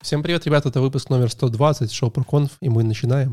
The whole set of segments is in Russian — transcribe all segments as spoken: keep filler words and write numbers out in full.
Всем привет, ребята, это выпуск номер сто двадцать, шоу ProConf, и мы начинаем.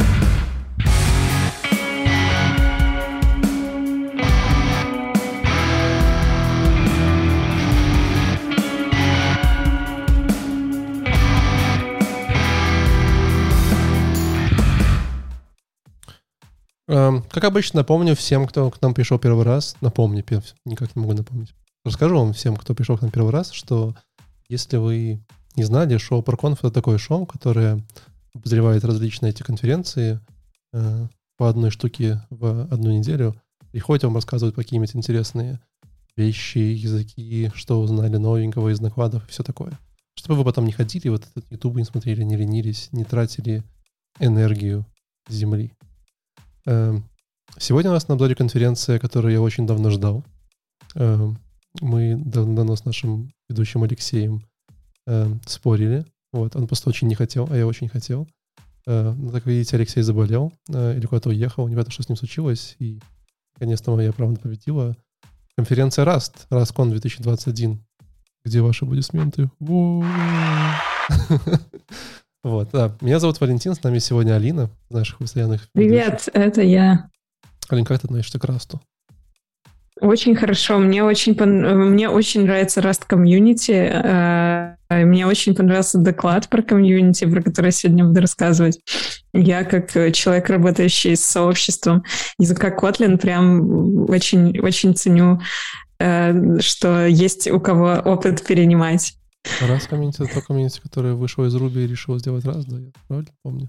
Как обычно, напомню всем, кто к нам пришел первый раз, напомню, никак не могу напомнить, расскажу вам всем, кто пришел к нам первый раз, что если вы не знали, шоу ProConf — это такое шоу, которое обозревает различные эти конференции э, по одной штуке в одну неделю, приходит вам рассказывать какие-нибудь интересные вещи, языки, что узнали новенького из накладов и все такое. Чтобы вы потом не ходили, вот этот YouTube не смотрели, не ленились, не тратили энергию Земли. Сегодня у нас на обзоре конференция, которую я очень давно ждал. Мы давно с нашим ведущим Алексеем спорили. Вот. Он просто очень не хотел, а я очень хотел. Но, как видите, Алексей заболел или куда-то уехал. Непонятно, что с ним случилось. И, наконец-то, моя правда победила. Конференция Rust, RustCon две тысячи двадцать один. Где ваши аплодисменты? Вот, да. Меня зовут Валентин, с нами сегодня Алина, наших постоянных Привет, ведущих. Это я. Алин, как ты относишься к Расту? Очень хорошо. Мне очень, мне очень нравится Rust Community. Мне очень понравился доклад про комьюнити, про который я сегодня буду рассказывать. Я, как человек, работающий с сообществом языка Kotlin, прям очень, очень ценю, что есть у кого опыт перенимать. Rust комьюнити — это то комьюнити, которое вышло из Ruby и решило сделать Rust, да? Я правильно помню?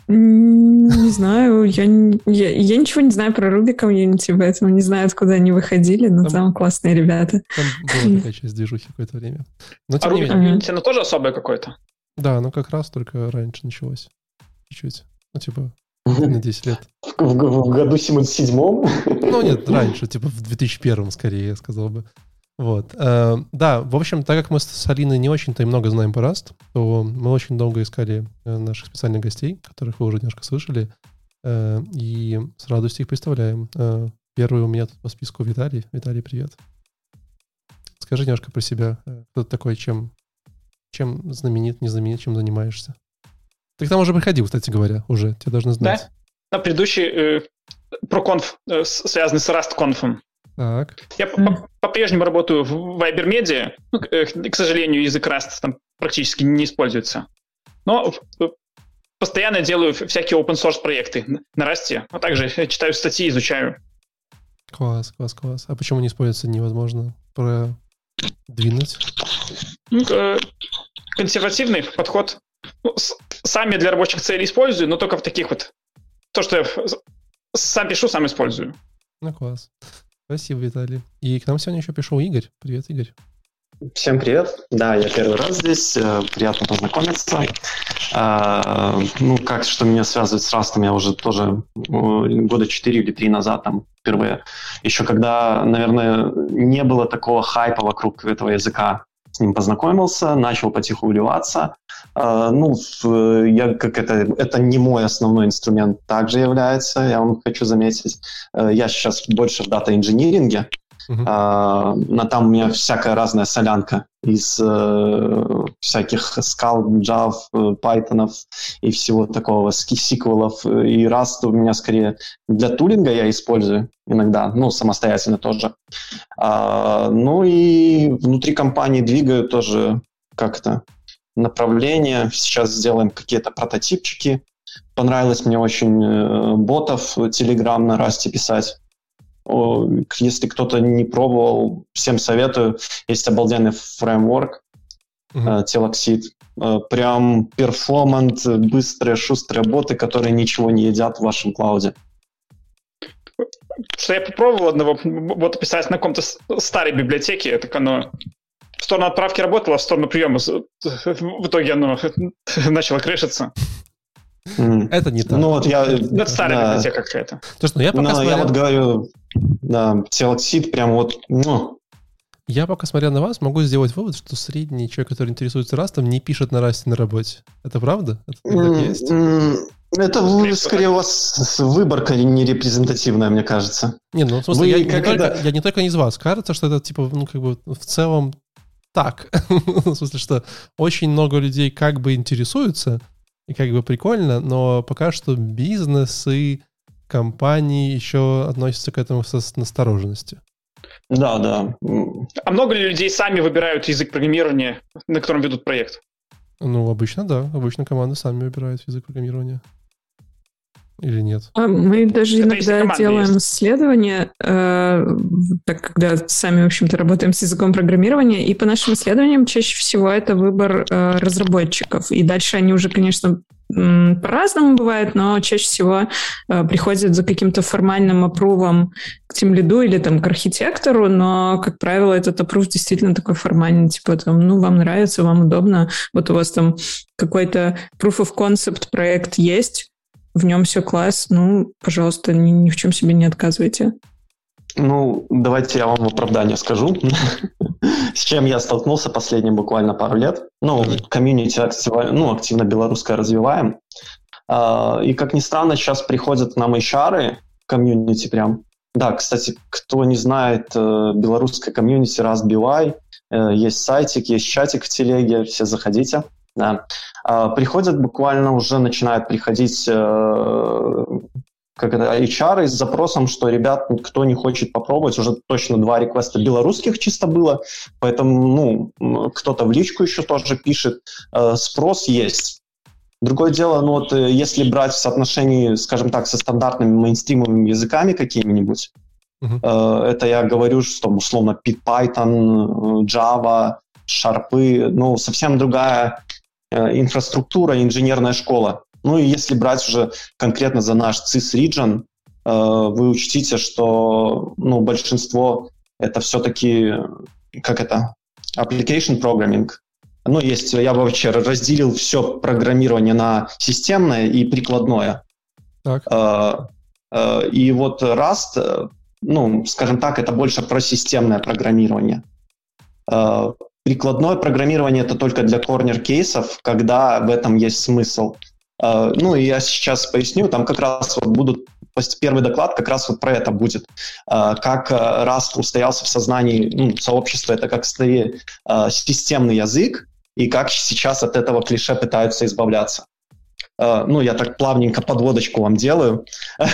Не знаю, я, я, я ничего не знаю про Ruby комьюнити, поэтому не знаю, откуда они выходили, но там, там классные ребята. Там была такая часть движухи какое-то время. Но, а Ruby комьюнити, оно тоже особое какое-то? Да, оно как раз только раньше началось. Чуть-чуть. Ну, типа, на десять лет. В, в, в году семьдесят седьмом? Ну, нет, раньше, типа в две тысячи первом, скорее, я сказал бы. Вот. Uh, да, в общем, так как мы с Алиной не очень-то и много знаем по Rust, то мы очень долго искали uh, наших специальных гостей, которых вы уже немножко слышали, uh, и с радостью их представляем. Uh, первый у меня тут по списку Виталий. Виталий, привет. Скажи немножко про себя. Uh, кто ты такой, чем, чем знаменит, не знаменит, чем занимаешься? Ты к нам уже приходил, кстати говоря, уже. Тебя должны знать. Да, на предыдущий э, ProConf, э, связанный с RustConf. Так. Я mm. по-прежнему работаю в Vibermedia. Ну, к сожалению, язык Rust там практически не используется. Но постоянно делаю всякие open-source проекты на Rust, а также читаю статьи, изучаю. Класс, класс, класс. А почему не используется? Невозможно продвинуть? Ну, консервативный подход. Ну, сам я для рабочих целей использую, но только в таких вот... То, что я сам пишу, сам использую. Ну, класс. Спасибо, Виталий. И к нам сегодня еще пришел Игорь. Привет, Игорь. Всем привет. Да, я первый раз здесь. Приятно познакомиться. А, ну, как, что меня связывает с Rust'ом, я уже тоже года четыре или три назад там впервые. Еще когда, наверное, не было такого хайпа вокруг этого языка, с ним познакомился, начал потихоньку вливаться. Uh, ну, я, как это, это не мой основной инструмент также является, я вам хочу заметить. Uh, я сейчас больше в дата-инжиниринге, uh-huh. uh, но там у меня всякая разная солянка из uh, всяких скал, Java, Python и всего такого, сиквелов. И Rust у меня скорее для тулинга я использую иногда, ну, самостоятельно тоже. Uh, ну и внутри компании двигаю тоже как-то направление. Сейчас сделаем какие-то прототипчики. Понравилось мне очень э, ботов Telegram на Rust писать. О, если кто-то не пробовал, всем советую. Есть обалденный фреймворк mm-hmm. э, Telexid. Э, прям перформант, быстрые, шустрые боты, которые ничего не едят в вашем клауде. Что я попробовал одного бота писать на каком-то старой библиотеке, так оно... В сторону отправки работало, а в сторону приема в итоге оно начало крышиться. Mm. Это не так. Ну, вот я, это старая да. библиотека какая-то. То, что, ну, я, пока Но, смотрел... я вот говорю, да, Telexid прям вот... Ну. Я пока смотря на вас, могу сделать вывод, что средний человек, который интересуется Растом, не пишет на Расте на работе. Это правда? Это mm, так есть? Mm. Это скорее, скорее у вас выборка не репрезентативная, мне кажется. Не, ну в смысле, я, не только, я не только не из вас. Кажется, что это типа, ну, как бы в целом так. В смысле, что очень много людей как бы интересуются, и как бы прикольно, но пока что бизнес и компании еще относятся к этому с настороженностью. Да, да. А много ли людей сами выбирают язык программирования, на котором ведут проект? Ну, обычно да. Обычно команды сами выбирают язык программирования. Или нет? Мы даже Это иногда делаем есть. исследования, э, так, когда сами, в общем-то, работаем с языком программирования, и по нашим исследованиям чаще всего это выбор э, разработчиков. И дальше они уже, конечно, м, по-разному бывает, но чаще всего э, приходят за каким-то формальным апрувом к тимлиду или там к архитектору, но, как правило, этот аппрув действительно такой формальный, типа там, ну, вам нравится, вам удобно, вот у вас там какой-то proof of concept проект есть, в нем все класс, ну, пожалуйста, ни, ни в чем себе не отказывайте. Ну, давайте я вам оправдание скажу, с чем я столкнулся последние буквально пару лет. Ну, комьюнити активно, ну, активно белорусское развиваем. И, как ни странно, сейчас приходят нам эйч ар, комьюнити прям. Да, кстати, кто не знает, белорусское комьюнити Rust би вай, есть сайтик, есть чатик в телеге, все заходите. Да. А, приходят буквально уже, начинают приходить э, как это, эйч ар с запросом, что, ребят, кто не хочет попробовать, уже точно два реквеста белорусских чисто было, поэтому, ну, кто-то в личку еще тоже пишет, э, спрос есть. Другое дело, ну вот если брать в соотношении, скажем так, со стандартными мейнстримовыми языками какими-нибудь, uh-huh. э, это я говорю, что условно Python, Java, шарпы, ну, совсем другая инфраструктура, инженерная школа. Ну и если брать уже конкретно за наш сис region, вы учтите, что, ну, большинство это все-таки, как это, application programming. Ну, есть, я бы вообще разделил все программирование на системное и прикладное. Так. И вот Rust, ну, скажем так, это больше про системное программирование. Прикладное программирование — это только для корнер-кейсов, когда в этом есть смысл. Ну, и я сейчас поясню, там как раз вот будут, первый доклад как раз вот про это будет. Как Rust устоялся в сознании, ну, сообщества, это как скорее системный язык, и как сейчас от этого клише пытаются избавляться. Ну, я так плавненько подводочку вам делаю,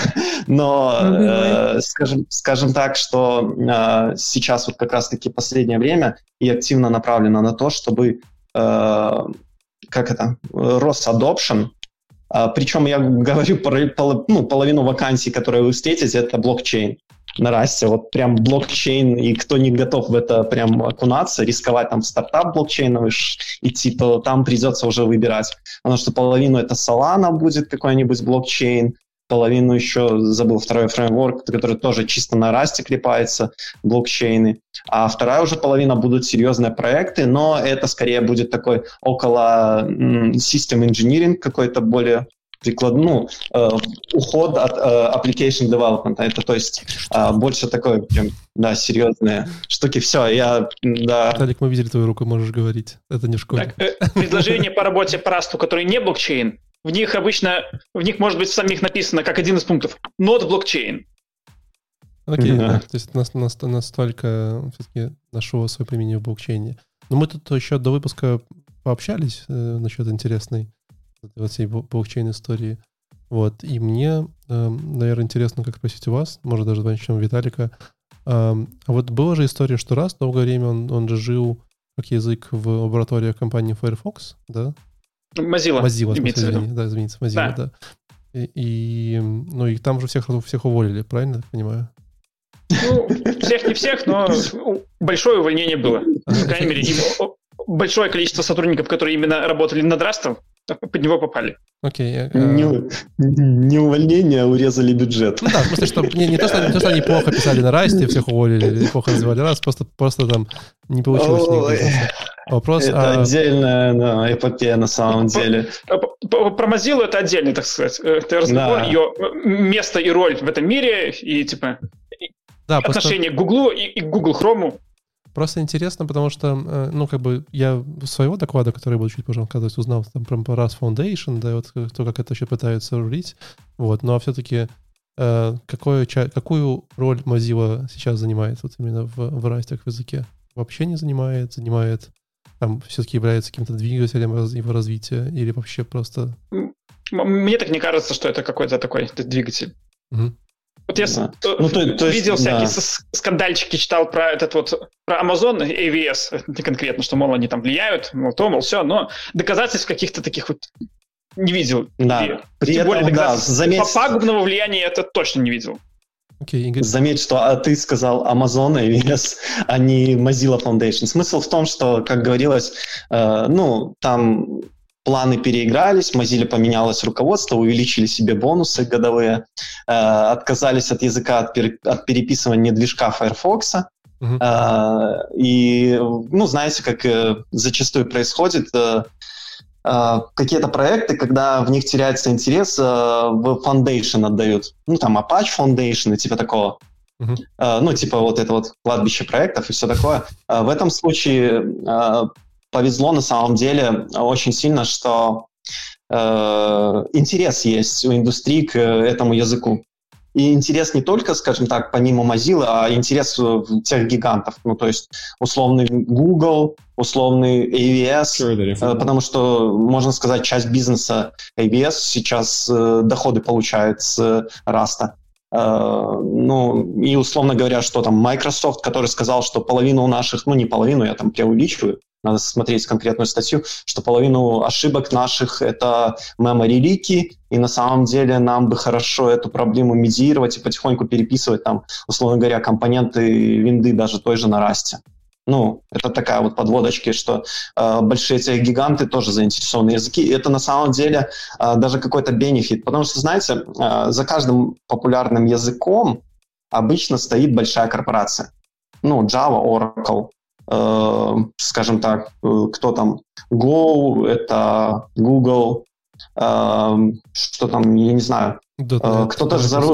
но э, скажем, скажем так, что э, сейчас вот как раз-таки последнее время и активно направлено на то, чтобы, э, как это, рос adoption, э, причем я говорю, пол, ну, половину вакансий, которые вы встретите, это блокчейн на Расте, вот прям блокчейн, и кто не готов в это прям окунаться, рисковать там в стартап блокчейновый идти, то там придется уже выбирать. Потому что половину это Solana будет какой-нибудь блокчейн, половину еще, забыл, второй фреймворк, который тоже чисто на Расте клепается, блокчейны. А вторая уже половина будут серьезные проекты, но это скорее будет такой около м, system engineering какой-то более прикладной, ну, э, уход от э, application development. Это, то есть, э, больше такой, прям, да, серьезные штуки. Все, я, да. Виталик, мы видели твою руку, можешь говорить. Это не в школе. Так, э, предложения по работе по Rust, которые не блокчейн, в них обычно, в них может быть в самих написано как один из пунктов not blockchain. Окей, да. Да. То есть нас, нас, настолько все-таки нашло свое применение в блокчейне. Но мы тут еще до выпуска пообщались э, насчет интересной вот всей блокчейн-истории. Вот. И мне, э, наверное, интересно, как спросить у вас, может, даже начнем Виталика. А, а вот была же история, что Rust долгое время он, он же жил как язык в лабораториях компании Firefox, да? Mozilla. Mozilla, извините, да, извините, Mozilla, да. да. И, и, ну, и там же всех, всех уволили, правильно я так понимаю? Ну, всех не всех, но большое увольнение было. По крайней мере, большое количество сотрудников, которые именно работали над Rust'ом, под него попали. Окей. Okay, uh... не, не увольнение, а урезали бюджет. Ну да, в смысле, что не, не, то, что, не то, что они плохо писали на Rust, всех уволили, или плохо развивали Rust, просто, просто там не получилось у них бизнеса. Вопрос, это а... отдельная, да, эпопея на самом деле. Про Mozilla это отдельный, так сказать, разговор, да. Ее место и роль в этом мире, и типа да, отношение просто... к Гуглу и, и к Google Chrome. Просто интересно, потому что, ну, как бы, я своего доклада, который буду чуть позже рассказывать, узнал там про Rust Foundation, да, вот то, как это еще пытаются рулить, вот, но все-таки э, какое, какую роль Mozilla сейчас занимает вот именно в, в Rust как в языке? Вообще не занимает, занимает там все-таки является каким-то двигателем его развития, или вообще просто... Мне так не кажется, что это какой-то такой двигатель. Угу. Вот я да. ну, то, то видел есть, всякие да. скандальчики, читал про этот вот, про Amazon, эй ви эс, не конкретно, что, мол, они там влияют, мол, то, мол, все, но доказательств каких-то таких вот не видел. Да. И, При тем этом, более, да, заметь... пагубного влияния это точно не видел. Okay, Игорь. Заметь, что а ты сказал Amazon эй ви эс, а не Mozilla Foundation. Смысл в том, что, как говорилось, э, ну, там планы переигрались, Mozilla поменялось руководство, увеличили себе бонусы годовые, э, отказались от языка, от, пер, от переписывания движка Firefox. Uh-huh. Э, и, ну, знаете, как э, зачастую происходит... Э, какие-то проекты, когда в них теряется интерес, в Foundation отдают. Ну, там, Apache Foundation и типа такого. Uh-huh. Ну, типа вот это вот кладбище проектов и все такое. В этом случае повезло на самом деле очень сильно, что интерес есть у индустрии к этому языку. И интерес не только, скажем так, помимо Mozilla, а интерес тех гигантов. Ну, то есть условный Google, условный эй ви эс, sure, потому что, можно сказать, часть бизнеса эй ви эс сейчас э, доходы получает с э, Rust. Э, ну, и условно говоря, что там Microsoft, который сказал, что половину наших, ну, не половину, я там преувеличиваю, надо смотреть конкретную статью, что половину ошибок наших — это memory leaky, и на самом деле нам бы хорошо эту проблему медиировать и потихоньку переписывать там, условно говоря, компоненты винды даже той же на Rust. Ну, это такая вот подводочка, что э, большие тех-гиганты тоже заинтересованы в языке, и это на самом деле э, даже какой-то бенефит, потому что, знаете, э, за каждым популярным языком обычно стоит большая корпорация. Ну, Java, Oracle, э, скажем так, э, кто там, Go, это Google, э, что там, я не знаю, э, кто-то же за...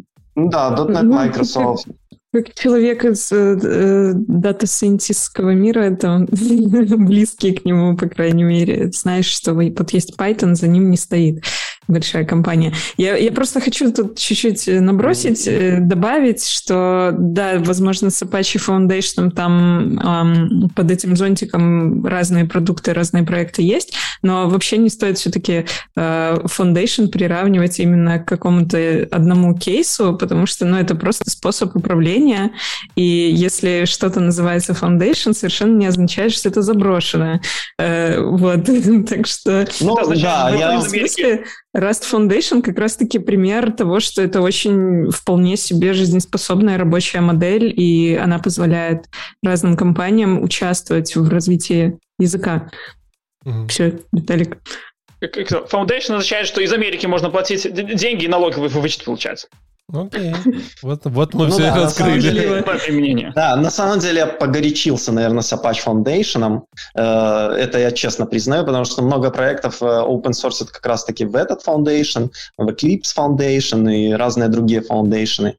Да, .дот нет, Microsoft. Как человек из э, дата-сайентистского мира, это близкий к нему, по крайней мере, знаешь, что вот есть Python, за ним не стоит большая компания. Я, я просто хочу тут чуть-чуть набросить, э, добавить, что, да, возможно, с Apache Foundation там эм, под этим зонтиком разные продукты, разные проекты есть, но вообще не стоит все-таки э, Foundation приравнивать именно к какому-то одному кейсу, потому что, ну, это просто способ управления. И если что-то называется Foundation, совершенно не означает, что это заброшено. Э, вот, так что... Ну, да, значит, да, в этом я... смысле Rust Foundation как раз-таки пример того, что это очень вполне себе жизнеспособная рабочая модель, и она позволяет разным компаниям участвовать в развитии языка. Mm-hmm. Все, Виталик. Foundation означает, что из Америки можно платить деньги и налоги вычет получать. Окей. Okay. Вот, вот мы ну все да, раскрыли. Деле, да, на самом деле я погорячился, наверное, с Apache Foundation. Это я честно признаю, потому что много проектов open source как раз-таки в этот Foundation, в Eclipse Foundation и разные другие фаундейшены.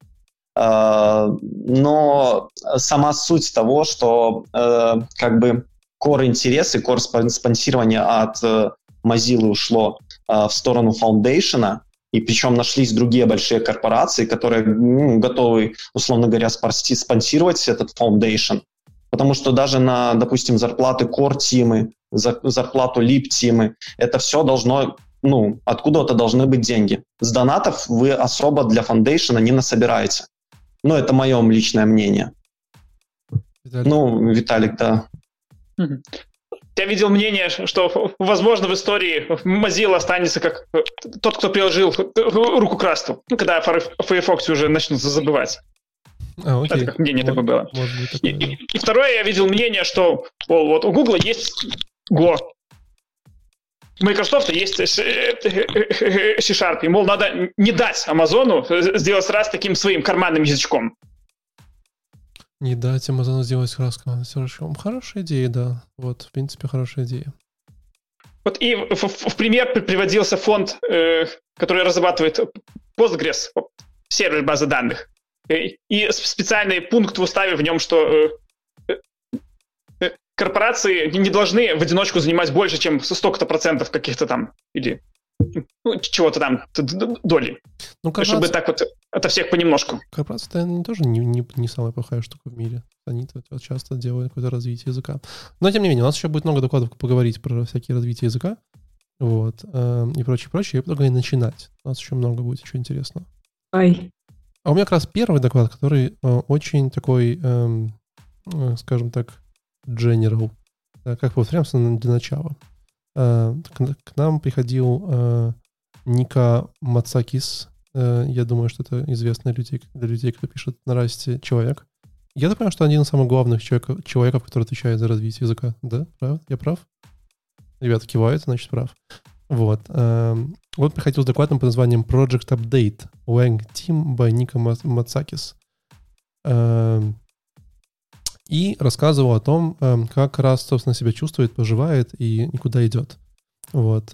Но сама суть того, что как бы core интерес и core спонсирование от Mozilla ушло в сторону Foundation, и причем нашлись другие большие корпорации, которые ну, готовы, условно говоря, спонсировать этот Foundation. Потому что даже на, допустим, зарплаты core-тимы, зарплату лип-тимы, это все должно, ну, откуда-то должны быть деньги. С донатов вы особо для Foundation не насобираете. Ну, это мое личное мнение. Виталик. Ну, Виталик, да. Я видел мнение, что, возможно, в истории Mozilla останется как тот, кто приложил руку к Rust, ну, когда о Firefox уже начнут забывать. А, окей. Это как мнение вот, такое было. Такое, и, да. и, и второе, я видел мнение, что о, вот у Google есть Go, у Microsoft есть C-Sharp, и, мол, надо не дать Амазону сделать Rust таким своим карманным язычком. Не дать Амазону сделать Rust язычком. Хорошая идея, да. Вот, в принципе, хорошая идея. Вот и в, в, в пример приводился фонд, э, который разрабатывает Postgres, сервер базы данных. И, и специальный пункт в уставе в нем, что э, э, корпорации не должны в одиночку занимать больше, чем столько-то процентов каких-то там, или ну, чего-то там, доли. Ну, корпорация, чтобы так вот это всех понемножку. Корпорация это тоже не, не, не самая плохая штука в мире. Они часто делают какое-то развитие языка. Но, тем не менее, у нас еще будет много докладов поговорить про всякие развития языка. Вот. Э, и прочее, прочее. Я предлагаю начинать. У нас еще много будет еще интересного. Ай. А у меня как раз первый доклад, который э, очень такой, э, э, скажем так, general. Э, как повторяемся для начала. Э, к, к нам приходил э, Ника Мацакис. Э, я думаю, что это известный людей, для людей, кто пишет на Расте, человек. Я так понимаю, что один из самых главных человек, человеков, который отвечает за развитие языка. Да? Прав? Я прав? Ребята кивают, значит, прав. Вот. Он приходил с докладом под названием Project Update Lang Team by Nika Matsakis. И рассказывал о том, как Rust, собственно, себя чувствует, поживает и никуда идет. Вот.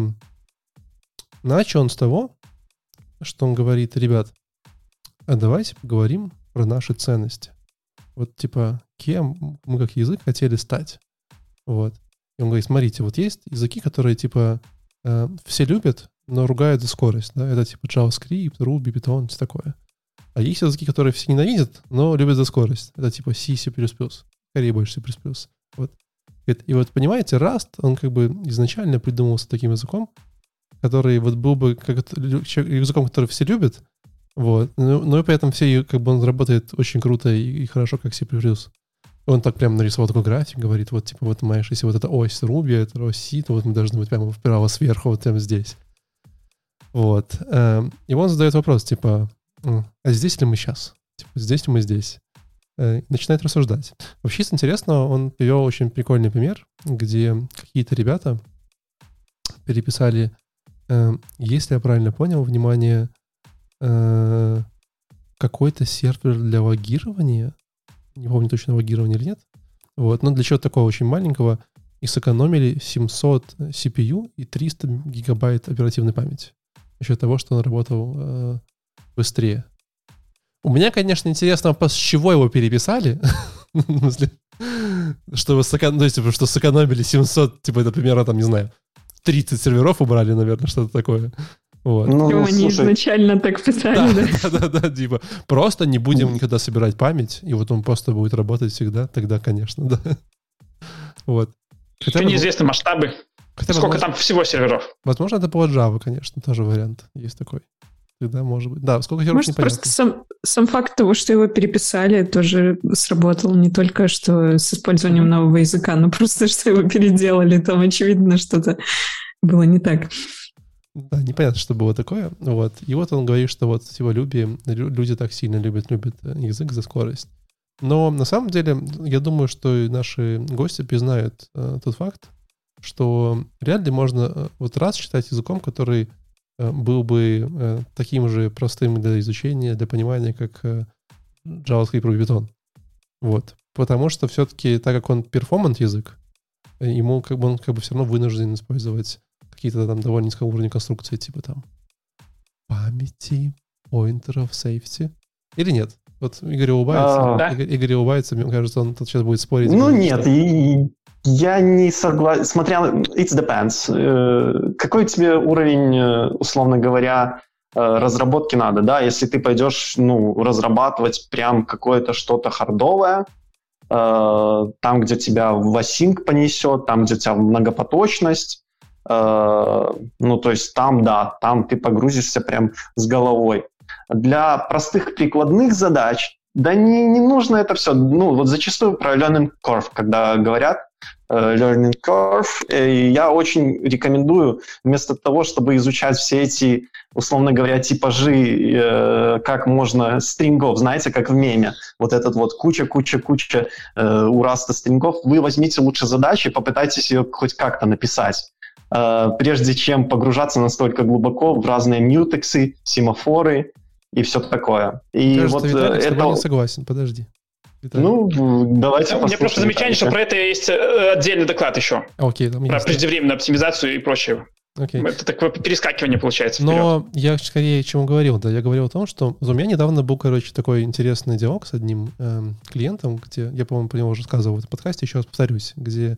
Начал он с того, что он говорит: ребят, а давайте поговорим про наши ценности. Вот, типа, кем мы как язык хотели стать. Вот. И он говорит: смотрите, вот есть языки, которые, типа, э, все любят, но ругают за скорость. Да? Это, типа, JavaScript, Ruby, Python, все такое. А есть языки, которые все ненавидят, но любят за скорость. Это, типа, C, C++. Скорее больше C++. Вот. И вот, понимаете, Rust, он как бы изначально придумывался таким языком, который вот был бы как языком, который все любят, вот, но, но и при этом все, как бы он работает очень круто и, и хорошо, как C++. Он так прям нарисовал такой график, говорит: вот, типа, вот, понимаешь, если вот эта ось Ruby, это ось C, то вот мы должны быть прямо вправо сверху, вот прямо здесь. Вот. И он задает вопрос, типа: а здесь ли мы сейчас? Типа, здесь ли мы здесь? И начинает рассуждать. Вообще, из интересного, он привел очень прикольный пример, где какие-то ребята переписали, если я правильно понял, внимание, какой-то сервер для логирования, не помню точно, логирование или нет, вот, но для чего-то такого очень маленького, и сэкономили семьсот си пи ю и триста гигабайт оперативной памяти. За счет того, что он работал э, быстрее. У меня, конечно, интересно вопрос, с чего его переписали, чтобы что сэкономили семьсот, типа, это примерно, там, не знаю, тридцать серверов убрали, наверное, что-то такое. Вот. Ну, ну, они слушай, изначально так писали, да? Да, да, да, типа, просто не будем никогда собирать память, и вот он просто будет работать всегда, тогда, конечно, да. Вот. Еще бы, неизвестны масштабы. Хотя, сколько возможно, там всего серверов? Возможно, это было Java, конечно, тоже вариант есть такой. Тогда, может быть. Да, сколько серверов, может, просто сам, сам факт того, что его переписали, тоже сработал. Не только что с использованием нового языка, но просто, что его переделали. Там, очевидно, что-то было не так. Да, непонятно, что было такое. Вот. И вот он говорит, что вот его люби, люди так сильно любят, любят язык за скорость. Но на самом деле, я думаю, что и наши гости признают э, тот факт, что вряд ли можно э, вот раз считать языком, который э, был бы э, таким же простым для изучения, для понимания, как э, JavaScript и Python. Вот. Потому что все-таки, так как он перформант язык, ему как бы он как бы все равно вынужден использовать какие-то там довольно низкого уровня конструкции, типа там памяти, поинтеров, safety. Или нет? Вот Игорь улыбается. А, да? Игорь, Игорь улыбается, мне кажется, он тут сейчас будет спорить. Ну нет, и, я не согласен. Смотря, it depends. Какой тебе уровень, условно говоря, разработки надо, да? Если ты пойдешь, ну, разрабатывать прям какое-то что-то хардовое, там, где тебя в async понесет, там, где у тебя многопоточность, ну, то есть там, да, там ты погрузишься прям с головой. Для простых прикладных задач, да не, не нужно это все. Ну, вот зачастую про learning curve, когда говорят uh, learning curve, э, я очень рекомендую вместо того, чтобы изучать все эти, условно говоря, типажи, э, как можно стрингов, знаете, как в меме, вот этот вот куча-куча-куча э, у Rust стрингов, вы возьмите лучше задачи и попытайтесь ее хоть как-то написать, прежде чем погружаться настолько глубоко в разные мьютексы, семафоры и все такое. И кажется, вот Виталий, это... с тобой не согласен, подожди. Виталий. Ну, давайте послушаем. У меня просто замечание, что про это есть отдельный доклад еще. Окей, там про есть. преждевременную оптимизацию и прочее. Окей. Это такое перескакивание получается. Но вперед. Я скорее чему говорил, да, я говорил о том, что у меня недавно был, короче, такой интересный диалог с одним эм, клиентом, где, я, по-моему, про него уже рассказывал в этом подкасте, еще раз повторюсь, где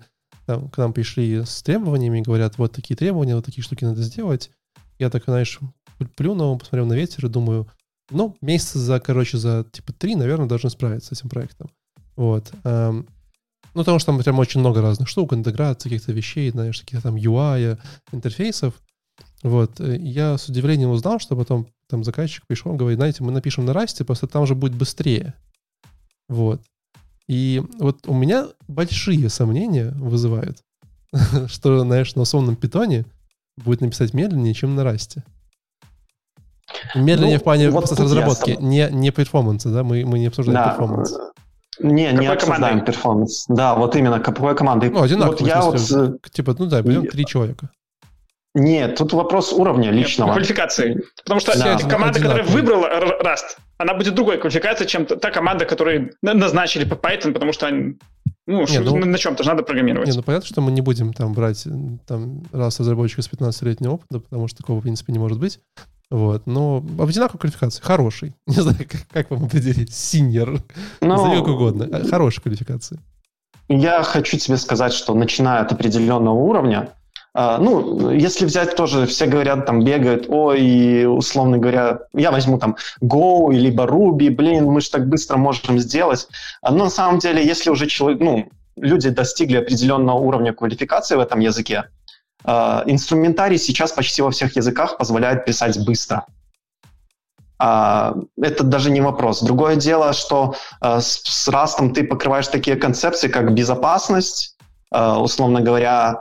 там, к нам пришли с требованиями, говорят, вот такие требования, вот такие штуки надо сделать. Я так, знаешь, плюнул, посмотрел на ветер и думаю, ну, месяца за, короче, за типа три, наверное, должны справиться с этим проектом. Вот. Ну, потому что там прям очень много разных штук, интеграции каких-то вещей, знаешь, таких там ю ай, интерфейсов. Вот. Я с удивлением узнал, что потом там заказчик пришел, говорит, знаете, мы напишем на Rust, просто там же будет быстрее. Вот. И вот у меня большие сомнения вызывают, что, знаешь, на условном питоне будет написать медленнее, чем на Rust. Медленнее ну, в плане вот разработки, не, не перформанса, да? Мы, мы не обсуждаем да. перформанс. Не, какой не обсуждаем командой? Перформанс. Да, вот именно, какой командой. Ну, одинаково. Вот я вот... Типа, ну да, берем три человека. Нет, тут вопрос уровня личного. Нет, квалификации. Потому что да. команда, которая выбрала Rust, она будет другой квалификации, чем та команда, которую назначили по Python, потому что они, ну, не, ну, на чем-то же надо программировать. Не, ну понятно, что мы не будем там брать там, раз разработчика с пятнадцатилетнего опыта, потому что такого, в принципе, не может быть. Вот, но одинаковая квалификация, хороший. Не знаю, как, как вам определить, синьор, назови как угодно, хорошая квалификация. Я хочу тебе сказать, что начиная от определенного уровня, Uh, ну, если взять тоже, все говорят, там, бегают, ой, условно говоря, я возьму там Go, либо Ruby, блин, мы же так быстро можем сделать. Uh, но на самом деле, если уже человек, ну, люди достигли определенного уровня квалификации в этом языке, uh, инструментарий сейчас почти во всех языках позволяет писать быстро. Uh, это даже не вопрос. Другое дело, что uh, с, с Rust ты покрываешь такие концепции, как безопасность, uh, условно говоря,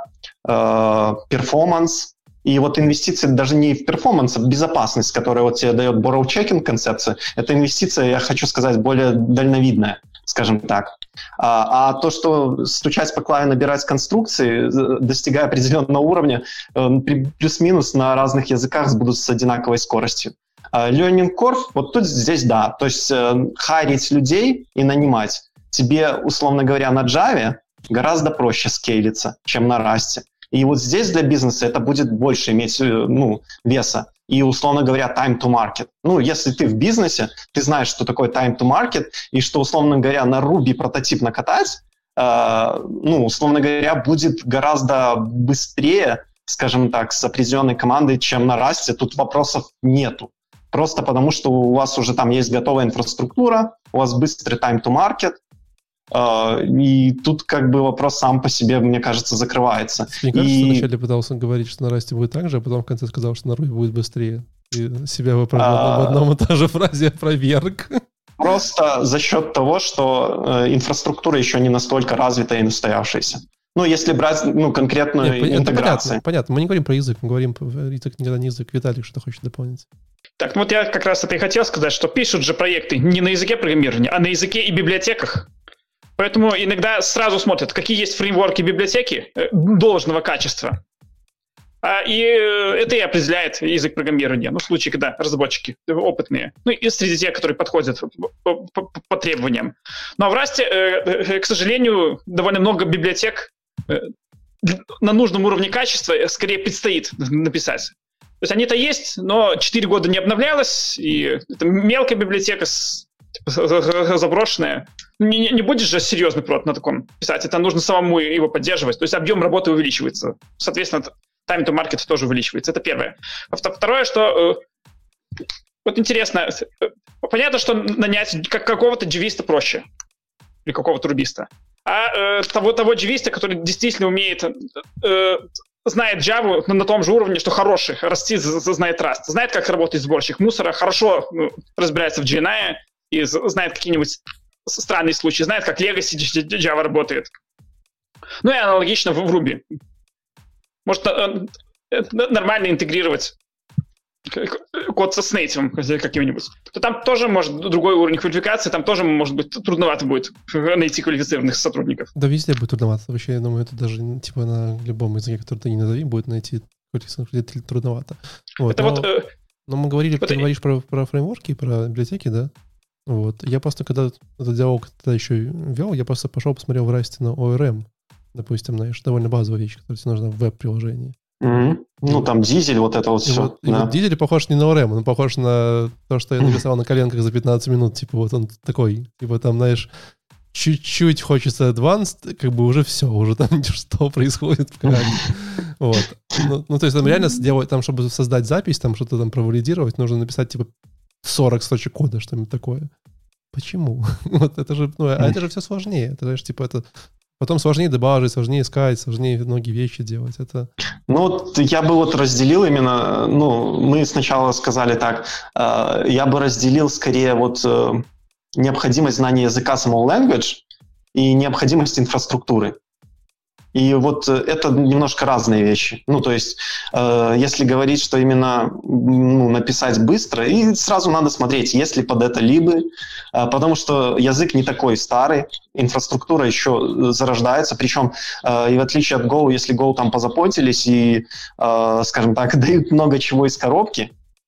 перформанс, и вот инвестиции даже не в перформанс, а в безопасность, которая вот тебе дает borrow checking концепция, это инвестиция, я хочу сказать, более дальновидная, скажем так. А, а то, что стучать по клаве, набирать конструкции, достигая определенного уровня, плюс-минус на разных языках будут с одинаковой скоростью. Learning curve, вот тут здесь да, то есть хайрить людей и нанимать. Тебе, условно говоря, на Java гораздо проще скейлиться, чем на Rust. И вот здесь для бизнеса это будет больше иметь, ну, веса. И, условно говоря, time to market. Ну, если ты в бизнесе, ты знаешь, что такое time to market, и что, условно говоря, на Ruby прототип накатать, э, ну, условно говоря, будет гораздо быстрее, скажем так, с определенной командой, чем на Rust. Тут вопросов нету. Просто потому, что у вас уже там есть готовая инфраструктура, у вас быстрый time to market, Uh, и тут как бы вопрос сам по себе, мне кажется, закрывается. Мне кажется, и... ты вначале пытался говорить, что на Расте будет так же, а потом в конце сказал, что на Ruby будет быстрее. И себя вы uh... в одном и той же фразе опроверг. Просто за счет того, что э, инфраструктура еще не настолько развитая и настоявшаяся. Ну, если брать ну, конкретную Нет, интеграцию. Понятно, понятно, мы не говорим про язык, мы говорим про язык, никогда не язык. Виталий что-то хочет дополнить. Так, ну вот я как раз это и хотел сказать, что пишут же проекты не на языке программирования, а на языке и библиотеках. Поэтому иногда сразу смотрят, какие есть фреймворки и библиотеки должного качества. И это и определяет язык программирования. Ну, в случае, когда разработчики опытные. Ну, и среди тех, которые подходят по, по, по требованиям. Но в Rust, к сожалению, довольно много библиотек на нужном уровне качества скорее предстоит написать. То есть они-то есть, но четыре года не обновлялось, и это мелкая библиотека с заброшенная. Не, не будешь же серьезный прод на таком писать. Это нужно самому его поддерживать. То есть объем работы увеличивается. Соответственно, time to market тоже увеличивается. Это первое. А второе, что э, вот интересно, э, понятно, что нанять как, какого-то джависта проще. Или какого-то рубиста. А э, того, того джависта, который действительно умеет, э, знает Java на, на том же уровне, что хороший, расти знает Rust, знает, как работает сборщик мусора, хорошо ну, разбирается в джи эн ай, и знает какие-нибудь странные случаи, знает, как Legacy Java работает. Ну и аналогично в Ruby. Может нормально интегрировать код с native каким-нибудь. То там тоже может другой уровень квалификации, там тоже, может быть, трудновато будет найти квалифицированных сотрудников. Да везде будет трудновато. Вообще, я думаю, это даже типа на любом языке, который ты не назови, будет найти квалифицированных трудновато. Вот. Это но, вот, э, но мы говорили, вот ты и... говоришь про, про фреймворки, про библиотеки, да? Вот. Я просто, когда этот диалог тогда еще вел, я просто пошел, посмотрел в Rust на о эр эм. Допустим, знаешь, довольно базовая вещь, которая тебе нужна в веб-приложении. Mm-hmm. Ну, там дизель, вот это вот и все. Вот, да. И вот дизель похож не на о эр эм, он похож на то, что я написал на коленках за пятнадцать минут. Типа вот он такой, типа там, знаешь, чуть-чуть хочется advanced, как бы уже все, уже там что происходит в коде. Вот. Ну, ну, то есть там реально сделать, там, чтобы создать запись, там что-то там провалидировать, нужно написать типа сорок строчек кода, что-нибудь такое. Почему? Вот это же, ну, а это же все сложнее. Это же типа это... Потом сложнее дебажить, сложнее искать, сложнее многие вещи делать. Это... Ну, вот я бы вот разделил именно, ну, мы сначала сказали так, э, я бы разделил скорее вот э, необходимость знания языка самого language и необходимость инфраструктуры. И вот это немножко разные вещи. Ну, то есть, э, если говорить, что именно ну, написать быстро, и сразу надо смотреть, есть ли под это либы, э, потому что язык не такой старый, инфраструктура еще зарождается, причем, э, и в отличие от Go, если Go там позаботились и, э, скажем так, дают много чего из коробки,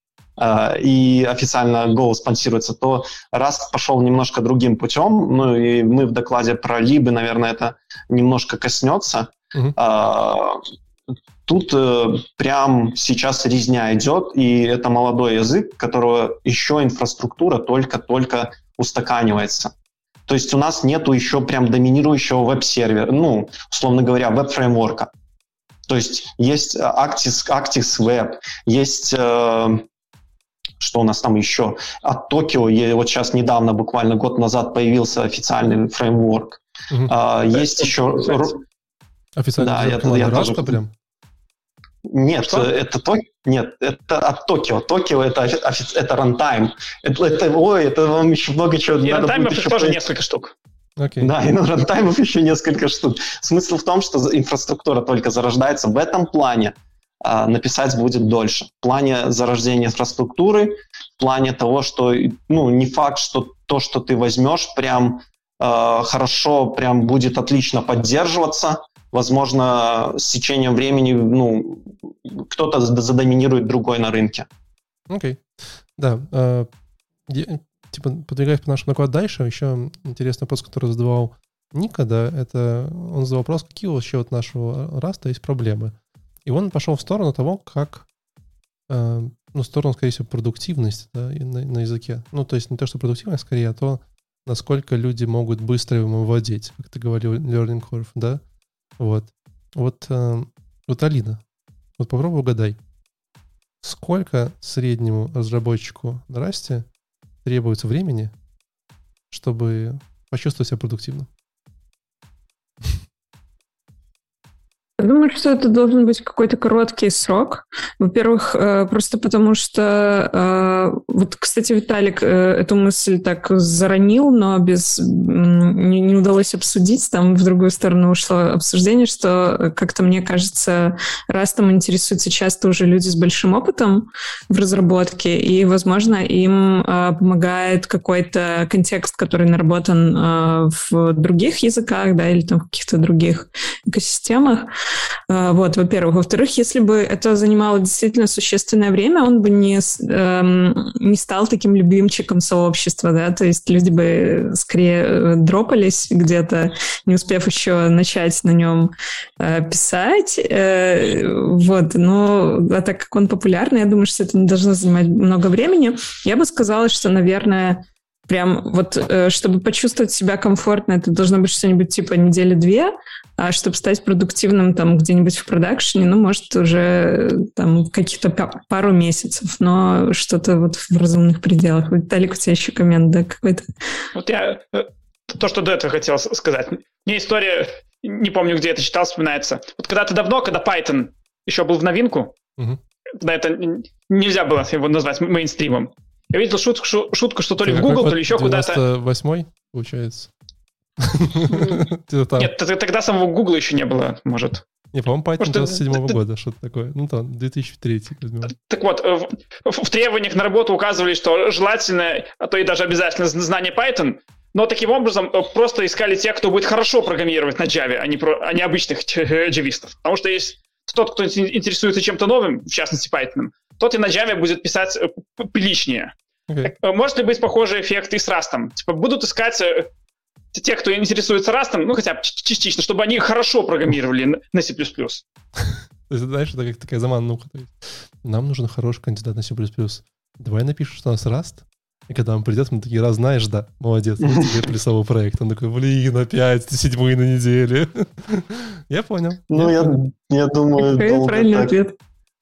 и официально Go спонсируется, то Rust пошел немножко другим путем. Ну и мы в докладе про либы, наверное, это немножко коснется. Uh-huh. А, тут э, прям сейчас резня идет, и это молодой язык, которого еще инфраструктура только-только устаканивается. То есть у нас нету еще прям доминирующего веб-сервера, ну, условно говоря, веб-фреймворка. То есть есть Actis, Actis Web, есть... Э, что у нас там еще? От Tokio, вот сейчас недавно, буквально год назад, появился официальный фреймворк. Uh-huh. А, есть это еще... Официальный да, я, я тоже... прям? Нет, что? это то... Нет, это от Tokio. Tokio это, это runtime. Это, это, ой, это вам еще много чего... И рантаймов еще тоже по... несколько штук. Okay. Да, и ну, рантаймов еще несколько штук. Смысл в том, что инфраструктура только зарождается в этом плане. Написать будет дольше. В плане зарождения инфраструктуры, в плане того, что ну, не факт, что то, что ты возьмешь, прям э, хорошо, прям будет отлично поддерживаться. Возможно, с течением времени ну, кто-то задоминирует другой на рынке. Окей. Okay. Да. Э, я, типа, подвигаясь по нашему докладу дальше, еще интересный вопрос, который задавал Ника, да, это он задал вопрос, какие вообще от нашего Раста есть проблемы. И он пошел в сторону того, как, э, ну, в сторону, скорее всего, продуктивности, да, на, на языке. Ну, то есть не то, что продуктивность, скорее, а то, насколько люди могут быстро ему владеть, как ты говорил, learning curve, да. Вот. Вот, э, вот Алина, вот попробуй угадай, сколько среднему разработчику на Расте требуется времени, чтобы почувствовать себя продуктивным? Я думаю, что это должен быть какой-то короткий срок. Во-первых, просто потому что... Вот, кстати, Виталик эту мысль так заронил, но без не, не удалось обсудить. Там в другую сторону ушло обсуждение, что как-то, мне кажется, Растом интересуются часто уже люди с большим опытом в разработке, и, возможно, им помогает какой-то контекст, который наработан в других языках, да, или там в каких-то других экосистемах. Вот, во-первых. Во-вторых, если бы это занимало действительно существенное время, он бы не, эм, не стал таким любимчиком сообщества, да, то есть люди бы скорее дропались где-то, не успев еще начать на нем э, писать. Э, вот, но а так как он популярный, я думаю, что это не должно занимать много времени. Я бы сказала, что, наверное, прям вот, э, чтобы почувствовать себя комфортно, это должно быть что-нибудь типа недели-две, а чтобы стать продуктивным там где-нибудь в продакшене, ну, может, уже там каких-то пару месяцев, но что-то вот в разумных пределах. Виталик, у тебя еще коммент, да, какой-то? Вот я то, что до этого хотел сказать. Мне история, не помню, где это читал, вспоминается. Вот когда-то давно, когда Python еще был в новинку, угу. когда это нельзя было его назвать мейнстримом, я видел шутку, шутку что то ли в Google, то ли еще куда-то... девяносто восьмой, получается? Нет, тогда самого Google еще не было, может. Не, по-моему, Python девяносто седьмого года, что-то такое. Ну, там, две тысячи третий. Так вот, в, в требованиях на работу указывали, что желательно, а то и даже обязательно знание Python, но таким образом просто искали тех, кто будет хорошо программировать на Java, а не, про, а не обычных джавистов. Потому что есть тот, кто интересуется чем-то новым, в частности Python, тот и на Java будет писать приличнее. Okay. Может ли быть похожий эффект и с Rust'ом? Типа будут искать... те, кто интересуется Rust'ом, ну, хотя бы частично, чтобы они хорошо программировали на C++. То есть, знаешь, это как такая замануха. Нам нужен хороший кандидат на C++. Давай напишем, что у нас Rust, И когда он придет, мы такие, раз знаешь, да, молодец, вот тебе плюсовой проект. Он такой, блин, опять седьмой на неделе. Я понял. Ну, я, я думаю, долго правильный так... ответ.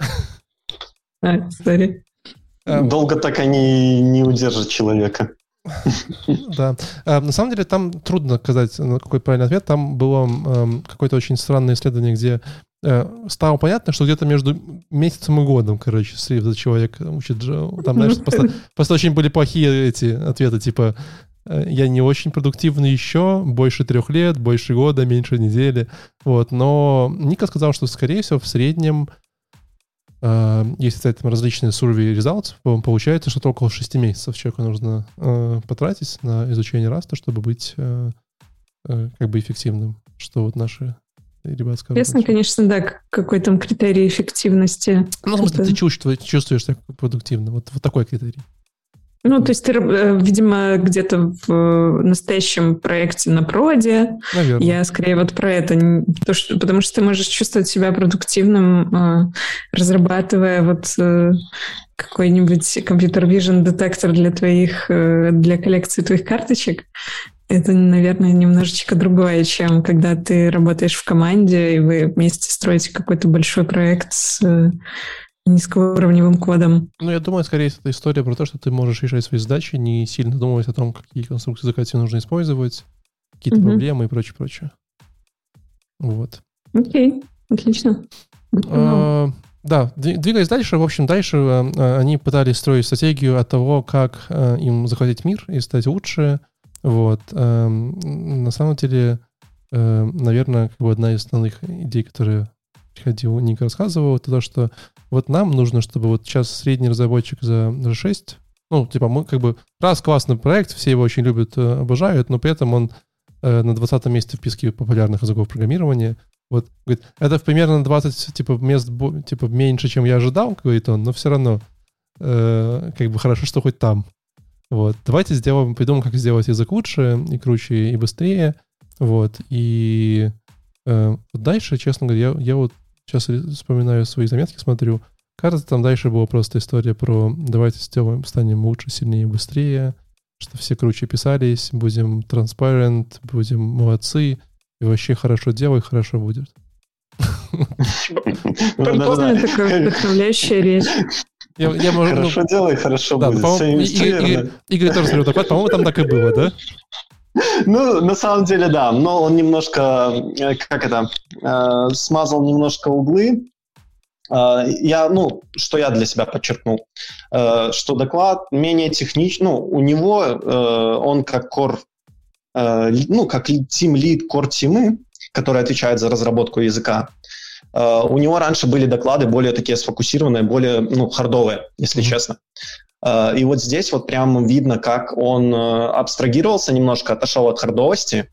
А, sorry. Долго так они не удержат человека. Да. На самом деле там трудно сказать, какой правильный ответ. Там было какое-то очень странное исследование, где стало понятно, что где-то между месяцем и годом, короче, этот человек учит Java. Там, знаешь, просто, просто очень были плохие эти ответы, типа я не очень продуктивный еще, больше трех лет, больше года, меньше недели. Вот. Но Ника сказал, что, скорее всего, в среднем, э, если взять там различные survey results, получается, что около шести месяцев человеку нужно э, потратить на изучение Rust, чтобы быть э, э, как бы эффективным. Что вот наши ребята скажут. Интересно, конечно, да, какой там критерий эффективности. Ну, в смысле, это... ты чувствуешь, чувствуешь себя продуктивно. Вот, вот такой критерий. Ну, то есть ты, видимо, где-то в настоящем проекте на проде. Наверное. Я скорее вот про это. То, что, потому что ты можешь чувствовать себя продуктивным, разрабатывая вот какой-нибудь компьютер-вижн детектор для твоих, для коллекции твоих карточек. Это, наверное, немножечко другое, чем когда ты работаешь в команде, и вы вместе строите какой-то большой проект с низкоуровневым кодом. Ну, я думаю, скорее, это история про то, что ты можешь решать свои задачи, не сильно думать о том, какие конструкции языка тебе нужно использовать, какие-то mm-hmm. проблемы и прочее, прочее. Вот. Окей, okay. Отлично. А, да, двигаясь дальше, в общем, дальше а, они пытались строить стратегию от того, как а, им захватить мир и стать лучше. Вот. А, на самом деле, а, наверное, как бы одна из основных идей, которые приходил, Ник рассказывал, это то, что вот нам нужно, чтобы вот сейчас средний разработчик за джи шесть, ну, типа, мы как бы, раз классный проект, все его очень любят, обожают, но при этом он э, на двадцатом месте в списке популярных языков программирования. Вот, говорит, это примерно двадцать, типа, мест, типа, меньше, чем я ожидал, говорит он, но все равно, э, как бы, хорошо, что хоть там. Вот, давайте сделаем, придумаем, как сделать язык лучше и круче, и быстрее, вот, и э, дальше, честно говоря, я, я вот сейчас вспоминаю свои заметки, смотрю. Кажется, там дальше была просто история про давайте сделаем, станем лучше, сильнее, быстрее, что все круче писались, будем transparent, будем молодцы, и вообще хорошо делай, хорошо будет. Полная такая вдохновляющая речь. Хорошо делай, хорошо будет. Игорь тоже смотрел доклад, по-моему, там так и было, да? Ну, на самом деле, да, но он немножко, как это, э, смазал немножко углы. Э, я, ну, что я для себя подчеркнул, э, что доклад менее техничный, ну, у него, э, он как кор, э, ну, как тим-лид кор-тимы, который отвечает за разработку языка, э, у него раньше были доклады более такие сфокусированные, более, ну, хардовые, если mm-hmm. честно. И вот здесь вот прямо видно, как он абстрагировался немножко, отошел от хардовости,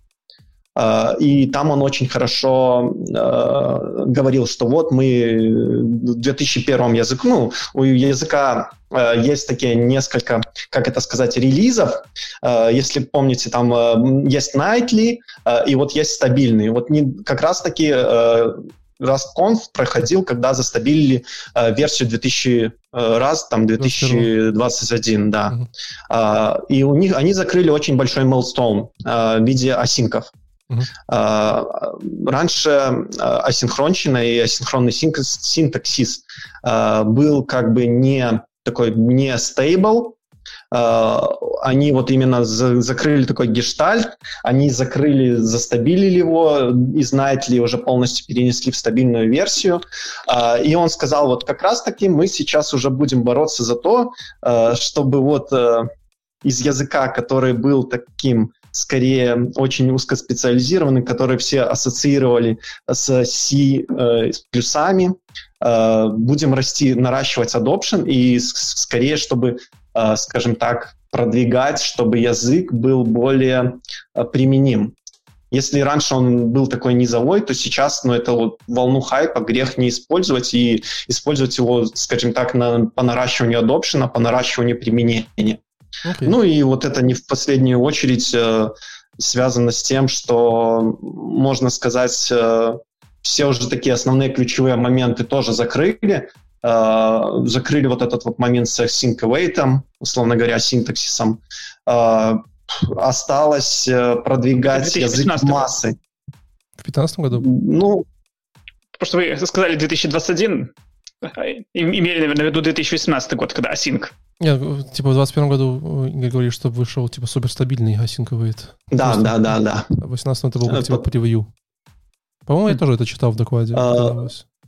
и там он очень хорошо говорил, что вот мы в две тысячи первом языке, ну, у языка есть такие несколько, как это сказать, релизов. Если помните, там есть nightly, и вот есть стабильный. Вот не, как раз-таки RustConf проходил, когда застабилили э, версию две тысячи раз, там, две тысячи двадцать один, да. Uh-huh. Uh, и у них, они закрыли очень большой milestone uh, в виде асинков. Uh-huh. Uh, раньше uh, асинхронщина и асинхронный синтаксис uh, был как бы не такой, не stable. Uh, они вот именно за- закрыли такой гештальт, они закрыли, застабилили его, из Nightly уже полностью перенесли в стабильную версию, uh, и он сказал, вот как раз-таки мы сейчас уже будем бороться за то, uh, чтобы вот uh, из языка, который был таким, скорее, очень узкоспециализированным, который все ассоциировали с C uh, с плюсами, uh, будем расти, наращивать adoption, и с- скорее, чтобы Uh, скажем так, продвигать, чтобы язык был более uh, применим. Если раньше он был такой низовой, то сейчас, ну, это вот волну хайпа грех не использовать и использовать его, скажем так, на, по наращиванию adoption, по наращиванию применения. Okay. Ну и вот это не в последнюю очередь uh, связано с тем, что, можно сказать, uh, все уже такие основные ключевые моменты тоже закрыли. э, закрыли вот этот вот момент с async await, условно говоря, синтаксисом. Э, осталось продвигать язык массы. В две тысячи пятнадцатом году? Ну, потому что вы сказали две тысячи двадцать один, имели, наверное, в виду две тысячи восемнадцатый год, когда async. Нет, типа в двадцать первом году Игорь говорит, что вышел типа суперстабильный async await. Да, да, да, да. А в восемнадцатом это был это... типа превью. По-моему, я тоже это читал в докладе. А,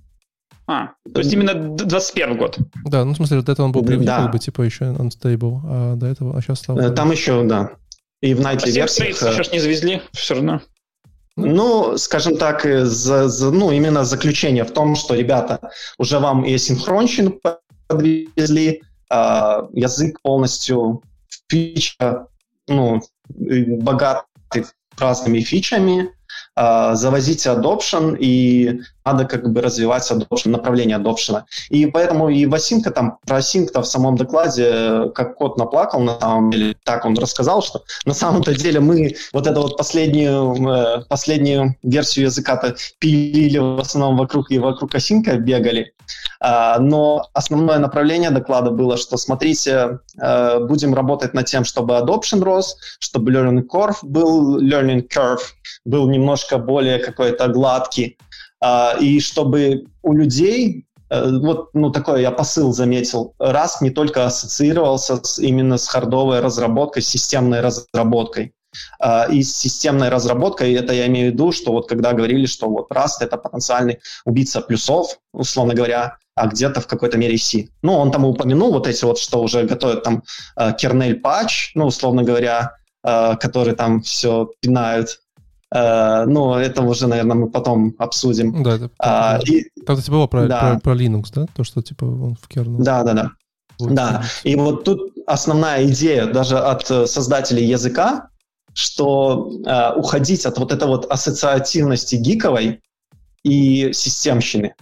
а то есть именно двадцать первый год. Да, ну в смысле, до этого он был превью, да. Как бы типа еще unstable, а до этого, а сейчас стал... Там еще, да. И в Nightly версиях... Сейчас не завезли, все равно. Ну, скажем так, за, за, ну, именно заключение в том, что, ребята, уже вам и асинхронщину подвезли, э, язык полностью фича, ну, богатый разными фичами, э, завозите adoption, и надо как бы развивать adoption, направление adoption. И поэтому и Васенко там про async в самом докладе как кот наплакал, на самом деле, так он рассказал, что на самом-то деле мы вот эту вот последнюю, последнюю версию языка-то пилили в основном вокруг и вокруг async бегали. Но основное направление доклада было, что смотрите, будем работать над тем, чтобы adoption рос, чтобы learning curve был, learning curve был немножко более какой-то гладкий, и чтобы у людей, вот ну, такой я посыл заметил, Rust не только ассоциировался с, именно с хардовой разработкой, системной разработкой. И с системной разработкой, это я имею в виду, что вот когда говорили, что вот Rust — это потенциальный убийца плюсов, условно говоря, а где-то в какой-то мере C. Ну, он там упомянул вот эти вот, что уже готовят там kernel patch, ну, условно говоря, которые там все пинают. Uh, ну, это уже, наверное, мы потом обсудим. Да, это, uh, и, там, кстати, было про, да. про, про Linux, да? То, что, типа, он в kernel. Да, да, да. Вот да. И вот тут основная идея даже от создателей языка, что uh, уходить от вот этой вот ассоциативности гиковой и системщины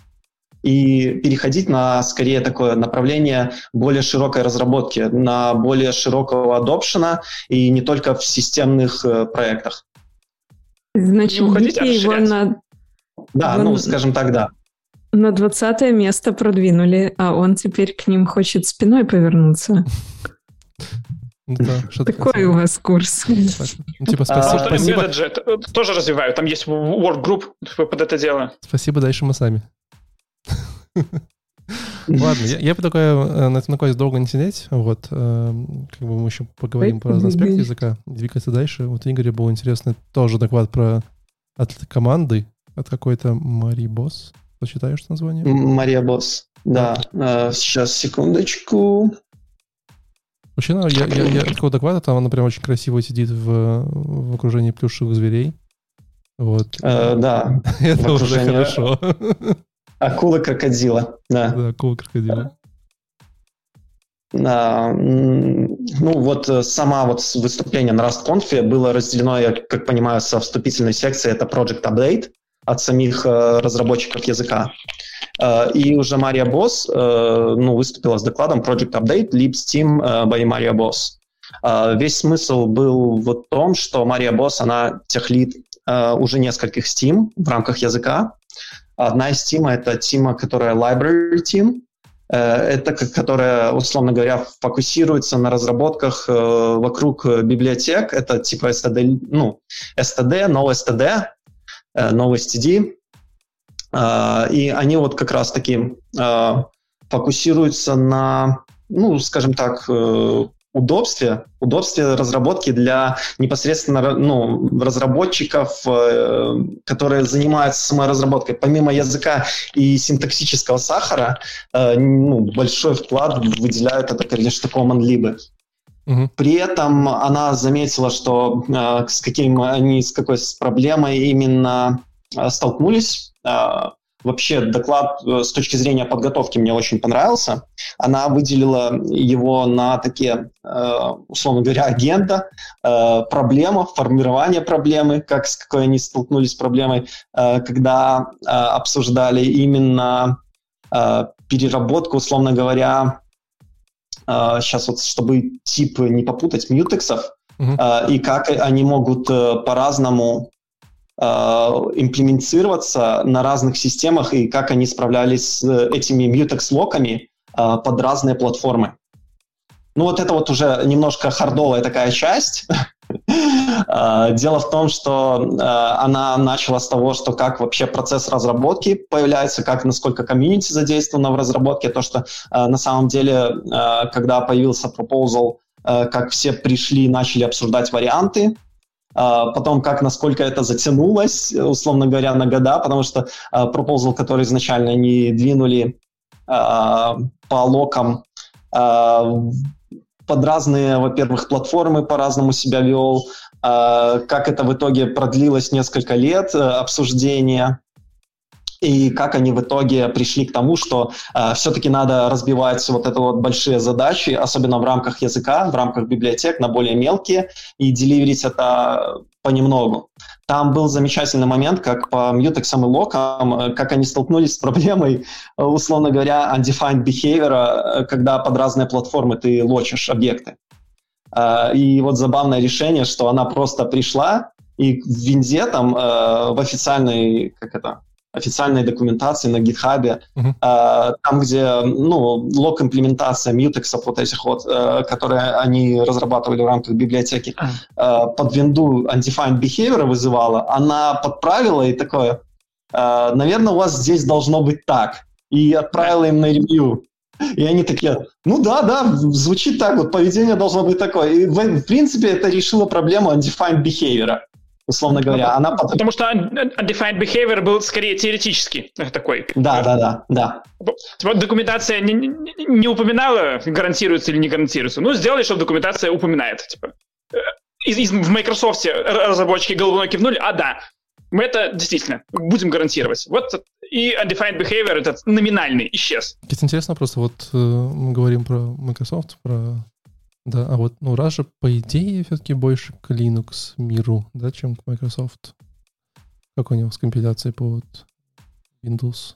и переходить на, скорее, такое направление более широкой разработки, на более широкого адопшена и не только в системных uh, проектах. Значит, его на... Да, его... ну, скажем так, да. На двадцатое место продвинули, а он теперь к ним хочет спиной повернуться. Такой у вас курс. Типа, спасибо. Тоже развивают, там есть workgroup под это дело. Спасибо, дальше мы сами. Ладно, я, я предлагаю на этом наконец долго не сидеть. Вот, э, как бы мы еще поговорим про разные аспекты языка, двигаться дальше. Вот Игорю был интересный тоже доклад про от команды, от какой-то Марии Босс. Ты читаешь название? Мария Босс, да. Э, сейчас, секундочку. Вообще, ну, я, я, я от такого доклада, там она прям очень красиво сидит в, в окружении плюшевых зверей. Вот. Э, да. Это уже хорошо. Акула-крокодила, да. Да, акула-крокодила. А, ну, вот сама вот выступление на RustConf было разделено, я как понимаю, со вступительной секции, это Project Update от самих разработчиков языка. И уже Мария Босс ну, выступила с докладом Project Update Libs Team by Мария Босс. Весь смысл был в том, что Мария Босс, она техлид уже нескольких Steam в рамках языка. Одна из тима — это тима, которая library team, это которая, условно говоря, фокусируется на разработках вокруг библиотек. Это типа эс ти ди, ну, эс ти ди, NoSTD, NoSTD. И они вот как раз-таки фокусируются на, ну, скажем так, удобстве, удобстве разработки для непосредственно ну, разработчиков, э, которые занимаются самой разработкой. Помимо языка и синтаксического сахара, э, ну, большой вклад выделяют это, конечно, common libы. Uh-huh. При этом она заметила, что э, с, каким они, с какой с проблемой именно э, столкнулись. Э, Вообще доклад с точки зрения подготовки мне очень понравился. Она выделила его на такие, условно говоря, агенда, проблема, формирование проблемы, как с какой они столкнулись с проблемой, когда обсуждали именно переработку, условно говоря, сейчас вот, чтобы тип не попутать, мьютексов, uh-huh. и как они могут по-разному имплементироваться на разных системах и как они справлялись с этими Mutex-локами под разные платформы. Ну вот это вот уже немножко хардовая такая часть. Дело в том, что она начала с того, что как вообще процесс разработки появляется, как насколько комьюнити задействовано в разработке, то, что на самом деле, когда появился proposal, как все пришли и начали обсуждать варианты, потом как насколько это затянулось, условно говоря, на года, потому что proposal, который изначально они двинули по локам, под разные, во-первых, платформы по-разному себя вел, как это в итоге продлилось несколько лет обсуждения, и как они в итоге пришли к тому, что все-таки надо разбивать вот это вот большие задачи, особенно в рамках языка, в рамках библиотек, на более мелкие, и деливерить это понемногу. Там был замечательный момент, как по мьютексам и локам, как они столкнулись с проблемой, условно говоря, undefined behavior, когда под разные платформы ты лочишь объекты. И вот забавное решение, что она просто пришла, и в винде там, в официальной, как это, официальной документации на GitHub, uh-huh. э, там, где, ну, лог-имплементация мьютексов вот этих вот, э, которые они разрабатывали в рамках библиотеки, uh-huh. э, под винду undefined behavior вызывала, она подправила и такое, э, наверное, у вас здесь должно быть так, и отправила им на ревью. И они такие, ну да, да, звучит так, вот поведение должно быть такое. И в, в принципе это решило проблему undefined behavior. Условно говоря, она... Потому что undefined behavior был скорее теоретический такой. Да, да, да, да. Типа, документация не, не, не упоминала, гарантируется или не гарантируется. Ну, сделали, чтобы документация упоминает. Типа. Из, из, в Microsoft разработчики головой кивнули, а да, мы это действительно будем гарантировать. Вот и undefined behavior этот номинальный исчез. Это интересно, просто вот э, мы говорим про Microsoft, про... Да, а вот, ну, раз же, по идее, все-таки больше к Linux миру, да, чем к Microsoft. Как у него с компиляцией под Windows?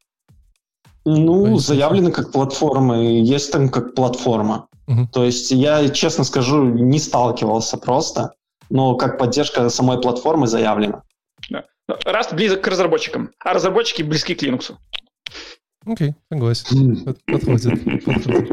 Ну, заявлено как платформа, есть там как платформа. Uh-huh. То есть я, честно скажу, не сталкивался просто, но как поддержка самой платформы заявлена. Да. Rust близок к разработчикам, а разработчики близки к Linux. Окей, okay, согласен. Mm. Подходит. подходит.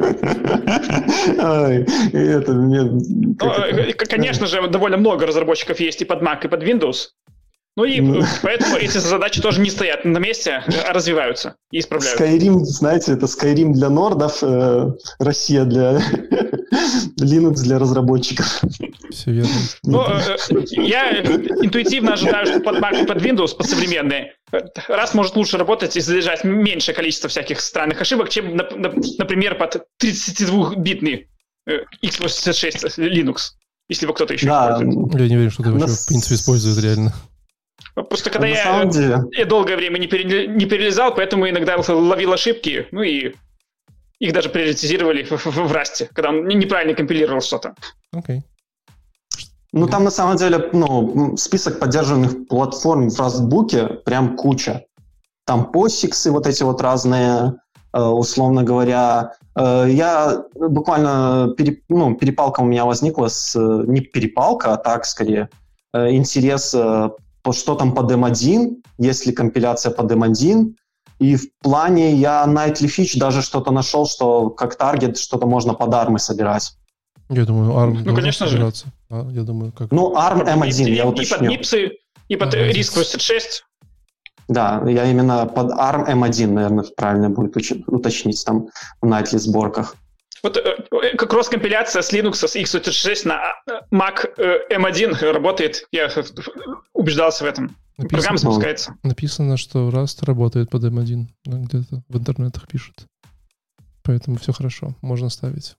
Ой, это мне... Ну, это? Конечно же, довольно много разработчиков есть и под Mac, и под Windows. Ну и mm. поэтому эти задачи тоже не стоят на месте, а развиваются и исправляются. Skyrim, знаете, это Skyrim для нордов, э, Россия для Linux для разработчиков. Все верно. Ну, э, я интуитивно ожидаю, что под Mac и под Windows, под современные, раз может лучше работать и задержать меньшее количество всяких странных ошибок, чем, например, под тридцатидвухбитный икс восемьдесят шесть Linux, если его кто-то еще да, использует. Я не уверен, что это вообще, в принципе, используют реально. Просто когда я, я долгое время не, пере, не перелезал, поэтому иногда ловил ошибки, ну и их даже приоритизировали в, в, в Rust, когда он неправильно компилировал что-то. Окей. Okay. Ну, там на самом деле, ну, список поддерживаемых платформ в Rustbook прям куча. Там посиксы вот эти вот разные, условно говоря. Я буквально, переп, ну, перепалка у меня возникла с... Не перепалка, а так, скорее, интерес, что там под эм один, есть ли компиляция под эм один. И в плане я Nightly Fitch даже что-то нашел, что как таргет что-то можно под армы собирать. Я думаю, арм ну, конечно же. А, я думаю, как... Ну, арм эм один, и, я уточню. И под нипсы, и под ага, риск восемьдесят шесть. Да, я именно под арм эм один, наверное, правильно будет уточнить там в Nightly сборках. Вот как кросс-компиляция с Linux с икс восемьдесят шесть на Mac эм один работает, я убеждался в этом. Написано, программа запускается. Написано, что Rust работает под эм один, где-то в интернетах пишут. Поэтому все хорошо, можно ставить.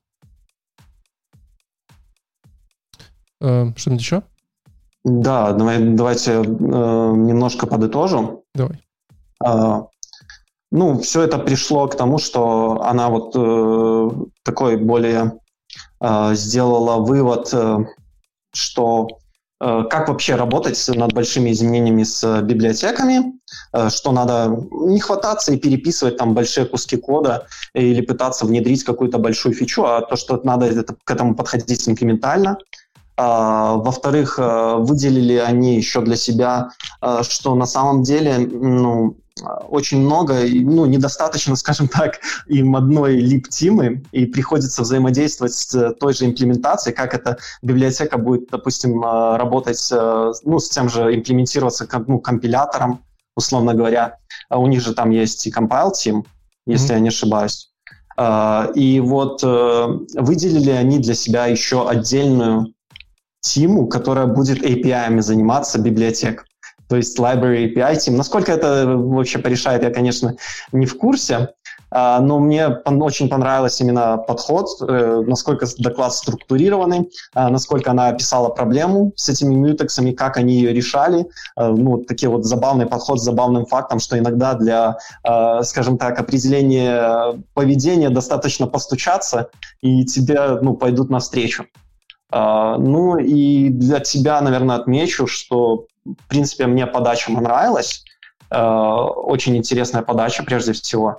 Э, что-нибудь еще? Да, давай, давайте э, немножко подытожу. Давай. Э, ну, все это пришло к тому, что она вот э, такой более э, сделала вывод, э, что э, как вообще работать над большими изменениями с библиотеками, э, что надо не хвататься и переписывать там большие куски кода или пытаться внедрить какую-то большую фичу, а то, что надо это, к этому подходить инкрементально. Во-вторых, выделили они еще для себя, что на самом деле, ну, очень много, ну, недостаточно, скажем так, им одной либ-тимы, и приходится взаимодействовать с той же имплементацией, как эта библиотека будет, допустим, работать, ну, с тем же имплементироваться, ну, компилятором, условно говоря. У них же там есть и compile team, если mm-hmm. я не ошибаюсь. И вот выделили они для себя еще отдельную тиму, которая будет эй пи ай-ами заниматься, библиотек. То есть library эй пи ай team. Насколько это вообще порешает, я, конечно, не в курсе, но мне очень понравился именно подход, насколько доклад структурированный, насколько она описала проблему с этими мьютексами, как они ее решали. Ну, такие вот забавный подход с забавным фактом, что иногда для, скажем так, определения поведения достаточно постучаться, и тебе, ну, пойдут навстречу. Ну и для тебя, наверное, отмечу, что, в принципе, мне подача понравилась. Очень интересная подача, прежде всего.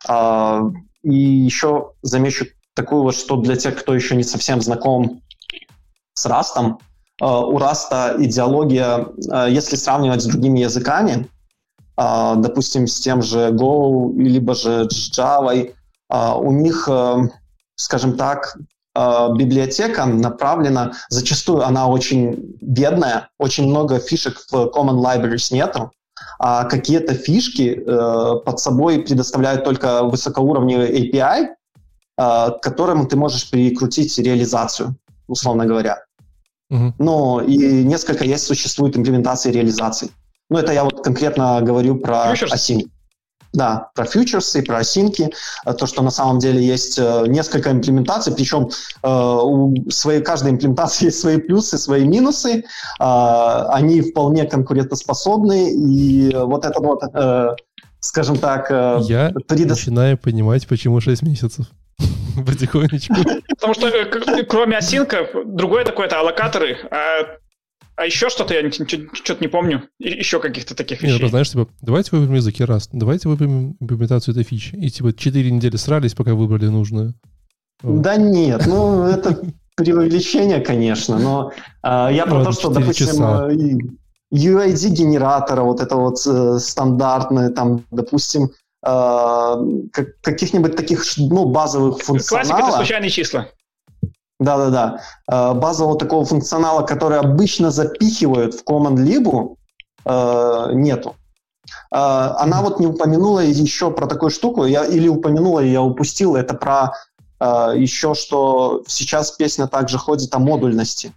И еще замечу такую вот, что для тех, кто еще не совсем знаком с Rust, у Rust идеология, если сравнивать с другими языками, допустим, с тем же Go, либо же с Java, у них, скажем так, библиотека направлена, зачастую она очень бедная, очень много фишек в Common Libraries нету, а какие-то фишки э, под собой предоставляют только высокоуровневый эй пи ай, э, к которому ты можешь прикрутить реализацию, условно говоря. Mm-hmm. Ну, и несколько есть, существует имплементации реализаций. Ну, это я вот конкретно говорю про async. Да, про фьючерсы, про асинки, то, что на самом деле есть несколько имплементаций, причем у своей, каждой имплементации есть свои плюсы, свои минусы, они вполне конкурентоспособны, и вот это вот, скажем так... Я предо... начинаю понимать, почему шесть месяцев. Потихонечку. Потому что кроме асинка, другое такое — это аллокаторы, а... А еще что-то я что-то не помню. Еще каких-то таких вещей. Нет, знаешь, типа, давайте выберем языки Rust, давайте выберем имплементацию этой фичи. И типа четыре недели срались, пока выбрали нужную. Вот. Да нет, ну это преувеличение, конечно, но э, я про то, что, допустим, ю ай ди-генератора, вот это вот э, стандартное, там, допустим, э, каких-нибудь таких, ну, базовых функционалов. Классика — это случайные числа. Да-да-да. Базового такого функционала, который обычно запихивают в Command Lib, нету. Она вот не упомянула еще про такую штуку, я, или упомянула, и я упустил, это про еще, что сейчас песня также ходит о модульности.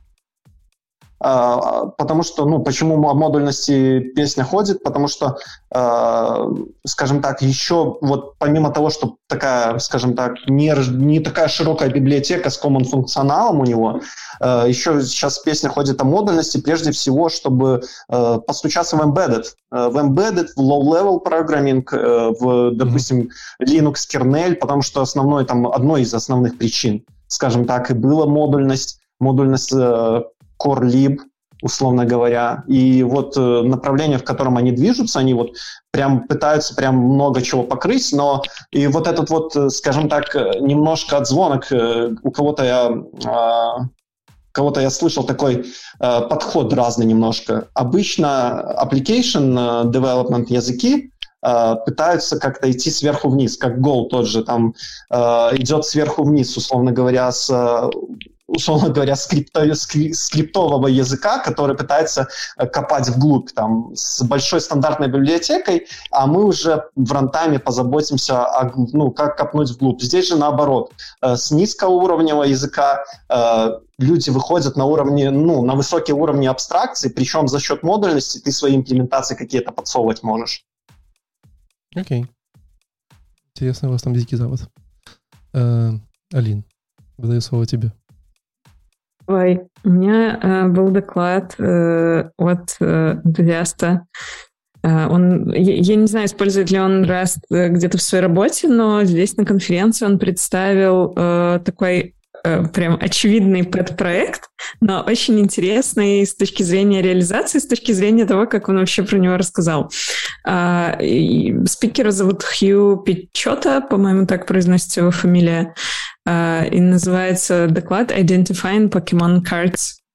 Потому что, ну, почему о модульности песня ходит? Потому что, э, скажем так, еще вот помимо того, что такая, скажем так, не, не такая широкая библиотека с common функционалом у него, э, еще сейчас песня ходит о модульности, прежде всего, чтобы э, постучаться в embedded. Э, в embedded, в low-level programming, э, в, допустим, Linux kernel, потому что основной, там, одной из основных причин, скажем так, и была модульность, модульность э, core lib, условно говоря. И вот э, направление, в котором они движутся, они вот прям пытаются прям много чего покрыть, но и вот этот вот, скажем так, немножко отзвонок, э, у кого-то я, э, кого-то я слышал такой э, подход разный немножко. Обычно application development языки э, пытаются как-то идти сверху вниз, как Go тот же там э, идет сверху вниз, условно говоря, с условно говоря, скрипто, скриптового языка, который пытается копать вглубь там, с большой стандартной библиотекой, а мы уже в рантайме позаботимся, о, ну, как копнуть вглубь. Здесь же наоборот. С низкоуровневого языка э, люди выходят на уровни, ну, на высокие уровни абстракции, причем за счет модульности ты свои имплементации какие-то подсовывать можешь. Окей. Okay. Интересно, у вас там Дикий Запад. Э, Алин, выдаю слово тебе. Ой, у меня э, был доклад э, от э, энтузиаста. Э, он, я, я не знаю, использует ли он Rust э, где-то в своей работе, но здесь на конференции он представил э, такой э, прям очевидный пэт-проект, но очень интересный с точки зрения реализации, с точки зрения того, как он вообще про него рассказал. Э, и спикера зовут Хью Пичота, по-моему, так произносится его фамилия. Uh, и называется доклад «Identifying Pokemon Cards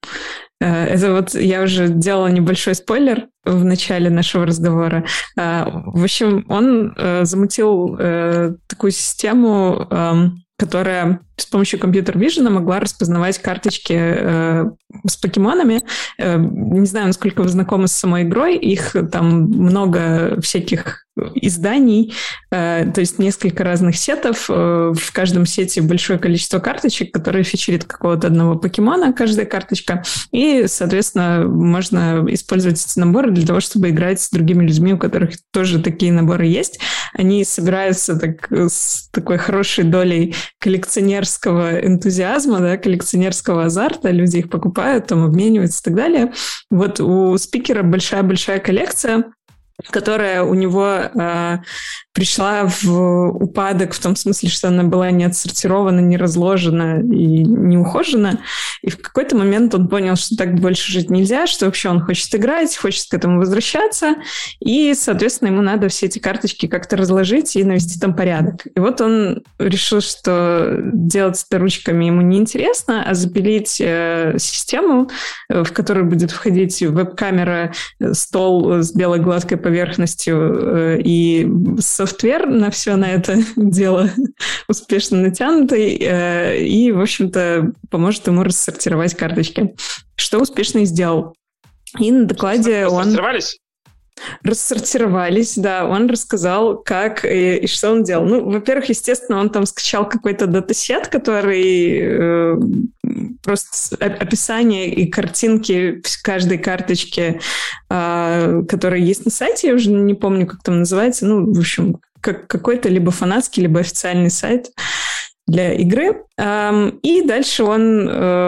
Это вот я уже делала небольшой спойлер в начале нашего разговора. В общем, он замутил такую систему, которая с помощью компьютер-вижена могла распознавать карточки э, с покемонами. Э, не знаю, насколько вы знакомы с самой игрой. Их там много всяких изданий, э, то есть несколько разных сетов. Э, в каждом сете большое количество карточек, которые фичерит какого-то одного покемона, каждая карточка. И, соответственно, можно использовать эти наборы для того, чтобы играть с другими людьми, у которых тоже такие наборы есть. Они собираются так, с такой хорошей долей коллекционерского энтузиазма, да, коллекционерского азарта, люди их покупают, там обмениваются и так далее. Вот у спикера большая-большая коллекция, которая у него э, пришла в упадок в том смысле, что она была не отсортирована, не разложена и не ухожена. И в какой-то момент он понял, что так больше жить нельзя, что вообще он хочет играть, хочет к этому возвращаться, и, соответственно, ему надо все эти карточки как-то разложить и навести там порядок. И вот он решил, что делать это ручками ему неинтересно, а запилить э, систему, в которую будет входить веб-камера, стол с белой гладкой поверхностью э, и софтвер на все на это дело успешно натянутый, э, и, в общем-то, поможет ему рассортировать карточки, что успешно и сделал. И на докладе он... Рассортировались? Рассортировались, да. Он рассказал, как и, и что он делал. Ну, во-первых, естественно, он там скачал какой-то датасет, который э, просто описание и картинки каждой карточки, э, которая есть на сайте, я уже не помню, как там называется, ну, в общем, как, какой-то либо фанатский, либо официальный сайт для игры. И дальше он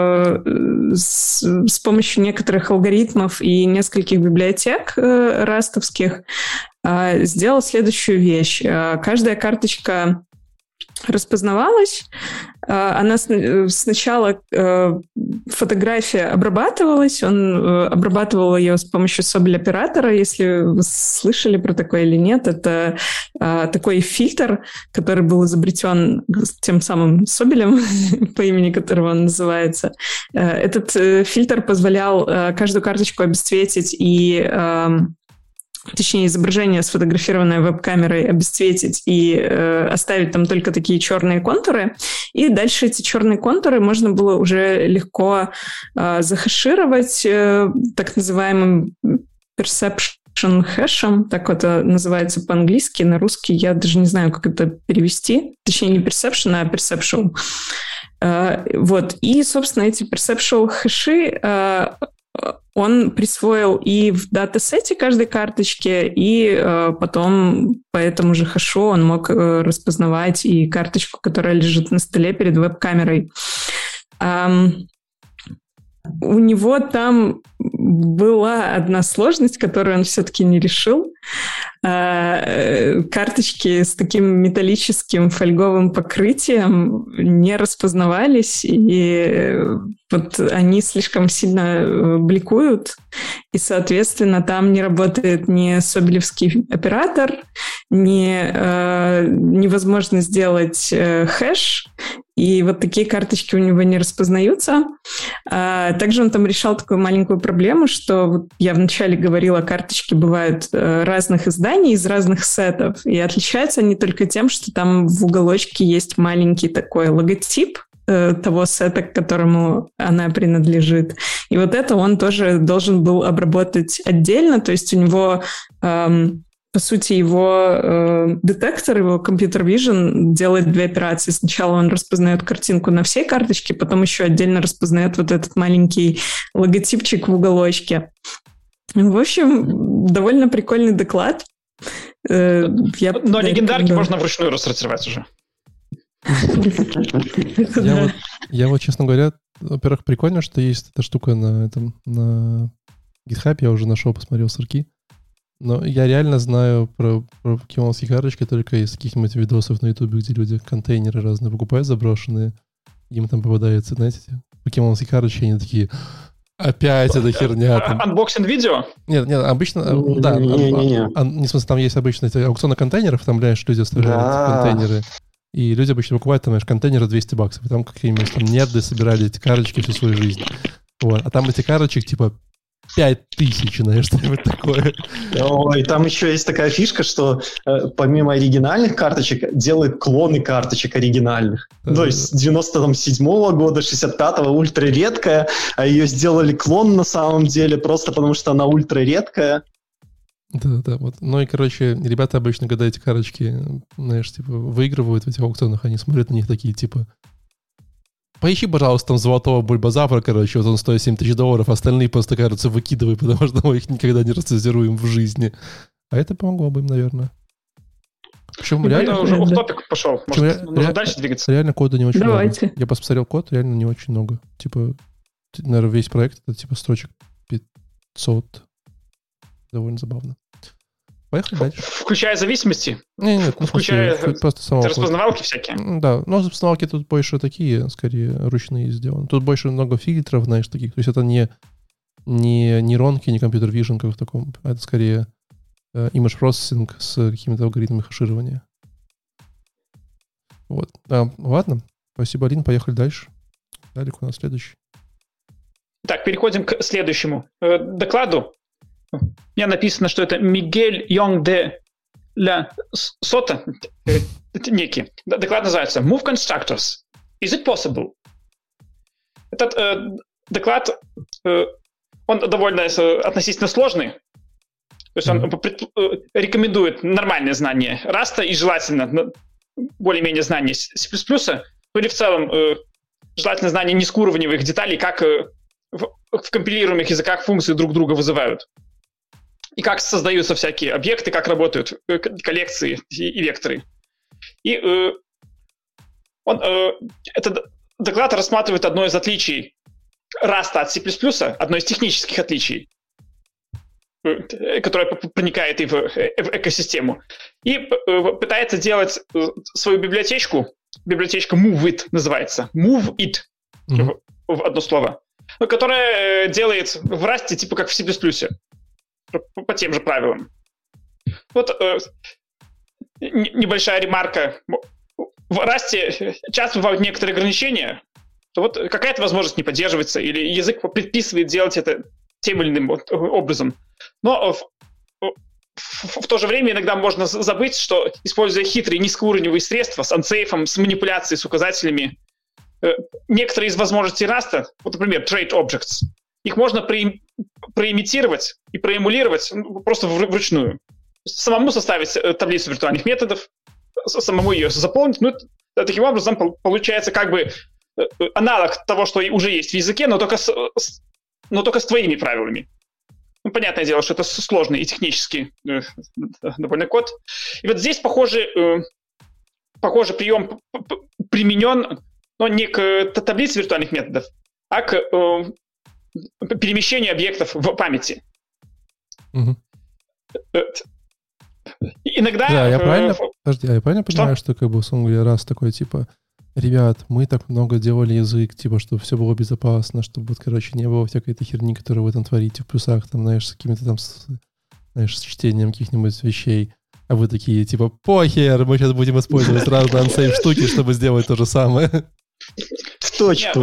с, с помощью некоторых алгоритмов и нескольких библиотек растовских сделал следующую вещь. Каждая карточка распознавалась. Она сначала фотография обрабатывалась, он обрабатывал ее с помощью Собель-оператора. Если вы слышали про такое или нет, это такой фильтр, который был изобретен тем самым Собелем, по имени которого он называется. Этот фильтр позволял каждую карточку обесцветить и... точнее, изображение, сфотографированное веб-камерой, обесцветить и э, оставить там только такие черные контуры. И дальше эти черные контуры можно было уже легко э, захешировать э, так называемым perception хэшем, так это называется по-английски, на русский я даже не знаю, как это перевести. Точнее, не perception, а perceptual. Э, вот. И, собственно, эти perceptual хэши э, он присвоил и в датасете каждой карточки, и э, потом по этому же хэшу он мог э, распознавать и карточку, которая лежит на столе перед веб-камерой. Эм, у него там была одна сложность, которую он все-таки не решил. Э, карточки с таким металлическим фольговым покрытием не распознавались, и вот они слишком сильно бликуют, и, соответственно, там не работает ни собелевский оператор, ни э, невозможно сделать э, хэш, и вот такие карточки у него не распознаются. А также он там решал такую маленькую проблему, что вот я вначале говорила, карточки бывают э, разных изданий из разных сетов, и отличаются они только тем, что там в уголочке есть маленький такой логотип того сета, к которому она принадлежит. И вот это он тоже должен был обработать отдельно, то есть у него, эм, по сути, его э, детектор, его компьютер vision делает две операции. Сначала он распознает картинку на всей карточке, потом еще отдельно распознает вот этот маленький логотипчик в уголочке. В общем, довольно прикольный доклад. Э, я, Но да, легендарки да. можно вручную рассортировать уже. Я вот, я вот, честно говоря, во-первых, прикольно, что есть эта штука на этом, на GitHub, я уже нашел, посмотрел сырки. Но я реально знаю про, про покемонские карточки только из каких-нибудь видосов на YouTube, где люди контейнеры разные покупают заброшенные, им там попадаются, знаете, покемонские карточки, они такие... Опять эта херня. Там. Unboxing видео? Нет, нет, обычно... Не, да, не, не, не, не. А, не в смысле, там есть обычно эти аукционы контейнеров, там, знаешь, люди оставляют Да. контейнеры. И люди обычно покупают, там, знаешь, контейнеры двести баксов. И там какие-нибудь там нерды собирали эти карточки всю свою жизнь. Вот. А там эти карточек, типа, пять тысяч, знаешь, что-нибудь такое. Ой, там еще есть такая фишка, что э, помимо оригинальных карточек делают клоны карточек оригинальных. Да, То да, есть да. девяносто седьмого года, шестьдесят пятого ультра редкая, а ее сделали клон на самом деле, просто потому что она ультра редкая. Да, да, вот. Ну и, короче, ребята обычно, когда эти карточки, знаешь, типа, выигрывают в этих аукционах, они смотрят на них такие, типа, поищи, пожалуйста, там золотого бульбазавра, короче, вот он стоит семь тысяч долларов, остальные просто, кажется, выкидывай, потому что мы их никогда не расцензируем в жизни. А это помогло бы им, наверное. Причем ну, реально... Это уже офф-топик пошел. Может, ре- нужно ре- дальше двигаться? Реально кода не очень Давайте. много. Я посмотрел код, реально не очень много. Типа, наверное, весь проект, это типа строчек пятьсот. Довольно забавно. Поехали дальше. Включая зависимости? Не, нет, ну, включая смысле, просто самого распознавалки всякие? Да, но распознавалки тут больше такие, скорее, ручные сделаны. Тут больше много фильтров, знаешь, таких. То есть это не, не нейронки, не компьютер вижн, как в таком. А это скорее э, image processing с какими-то алгоритмами хеширования. Вот. А, ладно. Спасибо, Алин. Поехали дальше. Далек у нас следующий. Так, переходим к следующему э, докладу. У меня написано, что это Мигель Йонг де ля Сота, это некий. Доклад называется Move Constructors. Is it possible? Этот э, доклад, э, он довольно э, относительно сложный. То есть он mm-hmm. э, рекомендует нормальное знание Rust и желательно более-менее знание C++, ну или в целом э, желательно знание низкоуровневых деталей, как э, в, в компилируемых языках функции друг друга вызывают. И как создаются всякие объекты, как работают коллекции и, и векторы. И э, он, э, этот доклад рассматривает одно из отличий Rust от C++, одно из технических отличий, э, которое проникает и в, э, в экосистему, и э, пытается делать э, свою библиотечку, библиотечка MoveIt называется, MoveIt, mm-hmm. в, в одно слово, которая э, делает в Rust типа как в C++. По, по тем же правилам. Вот э, небольшая ремарка. В Rust часто бывают некоторые ограничения, то вот какая-то возможность не поддерживается, или язык предписывает делать это тем или иным образом. Но в, в, в то же время иногда можно забыть, что, используя хитрые низкоуровневые средства с ансейфом, с манипуляцией, с указателями, э, некоторые из возможностей Rust, вот, например, trait objects, их можно про, проимитировать и проэмулировать просто вручную. Самому составить таблицу виртуальных методов, самому ее заполнить. Ну, таким образом получается как бы аналог того, что уже есть в языке, но только с, но только с твоими правилами. Ну, понятное дело, что это сложный и технически э, довольно код. И вот здесь похожий, э, похожий прием применен, но не к таблице виртуальных методов, а к э, перемещение объектов в памяти. Угу. Иногда... Да, я правильно, э, подожди, а я правильно что? понимаю, что как бы, условно говоря, раз такой, типа, ребят, мы так много делали язык, типа, чтобы все было безопасно, чтобы, вот, короче, не было всякой этой херни, которую вы там творите в плюсах, там, знаешь, с какими-то там, знаешь, с чтением каких-нибудь вещей. А вы такие, типа, похер, мы сейчас будем использовать разные ансейв штуки, чтобы сделать то же самое. В точку.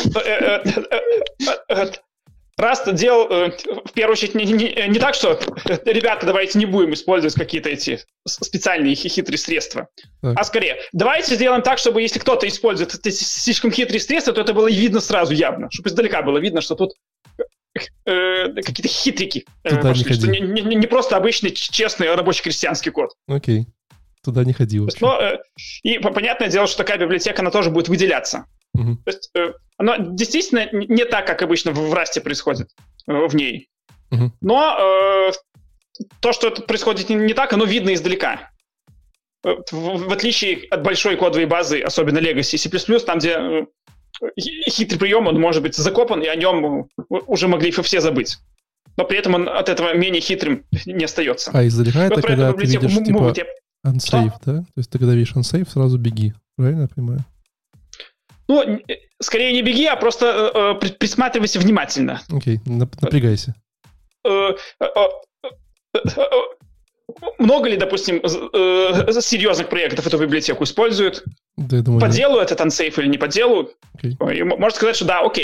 Rust делал, в первую очередь, не, не, не так, что ребята, давайте не будем использовать какие-то эти специальные хитрые средства, так. а скорее, давайте сделаем так, чтобы если кто-то использует эти слишком хитрые средства, то это было видно сразу явно, чтобы издалека было видно, что тут э, какие-то хитрики э, пошли, не что не, не, не просто обычный честный рабочий крестьянский код. Окей, туда не ходи вообще. Но, э, и понятное дело, что такая библиотека, она тоже будет выделяться. Uh-huh. То есть э, оно действительно не так, как обычно в Rust происходит э, в ней. Uh-huh. Но э, то, что это происходит не, не так, оно видно издалека. Э, в, в отличие от большой кодовой базы, особенно Legacy и C++, там, где э, хитрый прием, он может быть закопан, и о нем уже могли все забыть. Но при этом он от этого менее хитрым не остается. А издалека это когда ты видишь, м- типа, unsafe, да? То есть ты когда видишь unsafe, сразу беги. Правильно я понимаю? Ну, скорее не беги, а просто э, присматривайся внимательно. Окей, okay, напрягайся. Э, э, э, много ли, допустим, э, серьезных проектов эту библиотеку используют? Да, я думаю, по да. делу этот unsafe или не по делу? Okay. Можно сказать, что да, окей.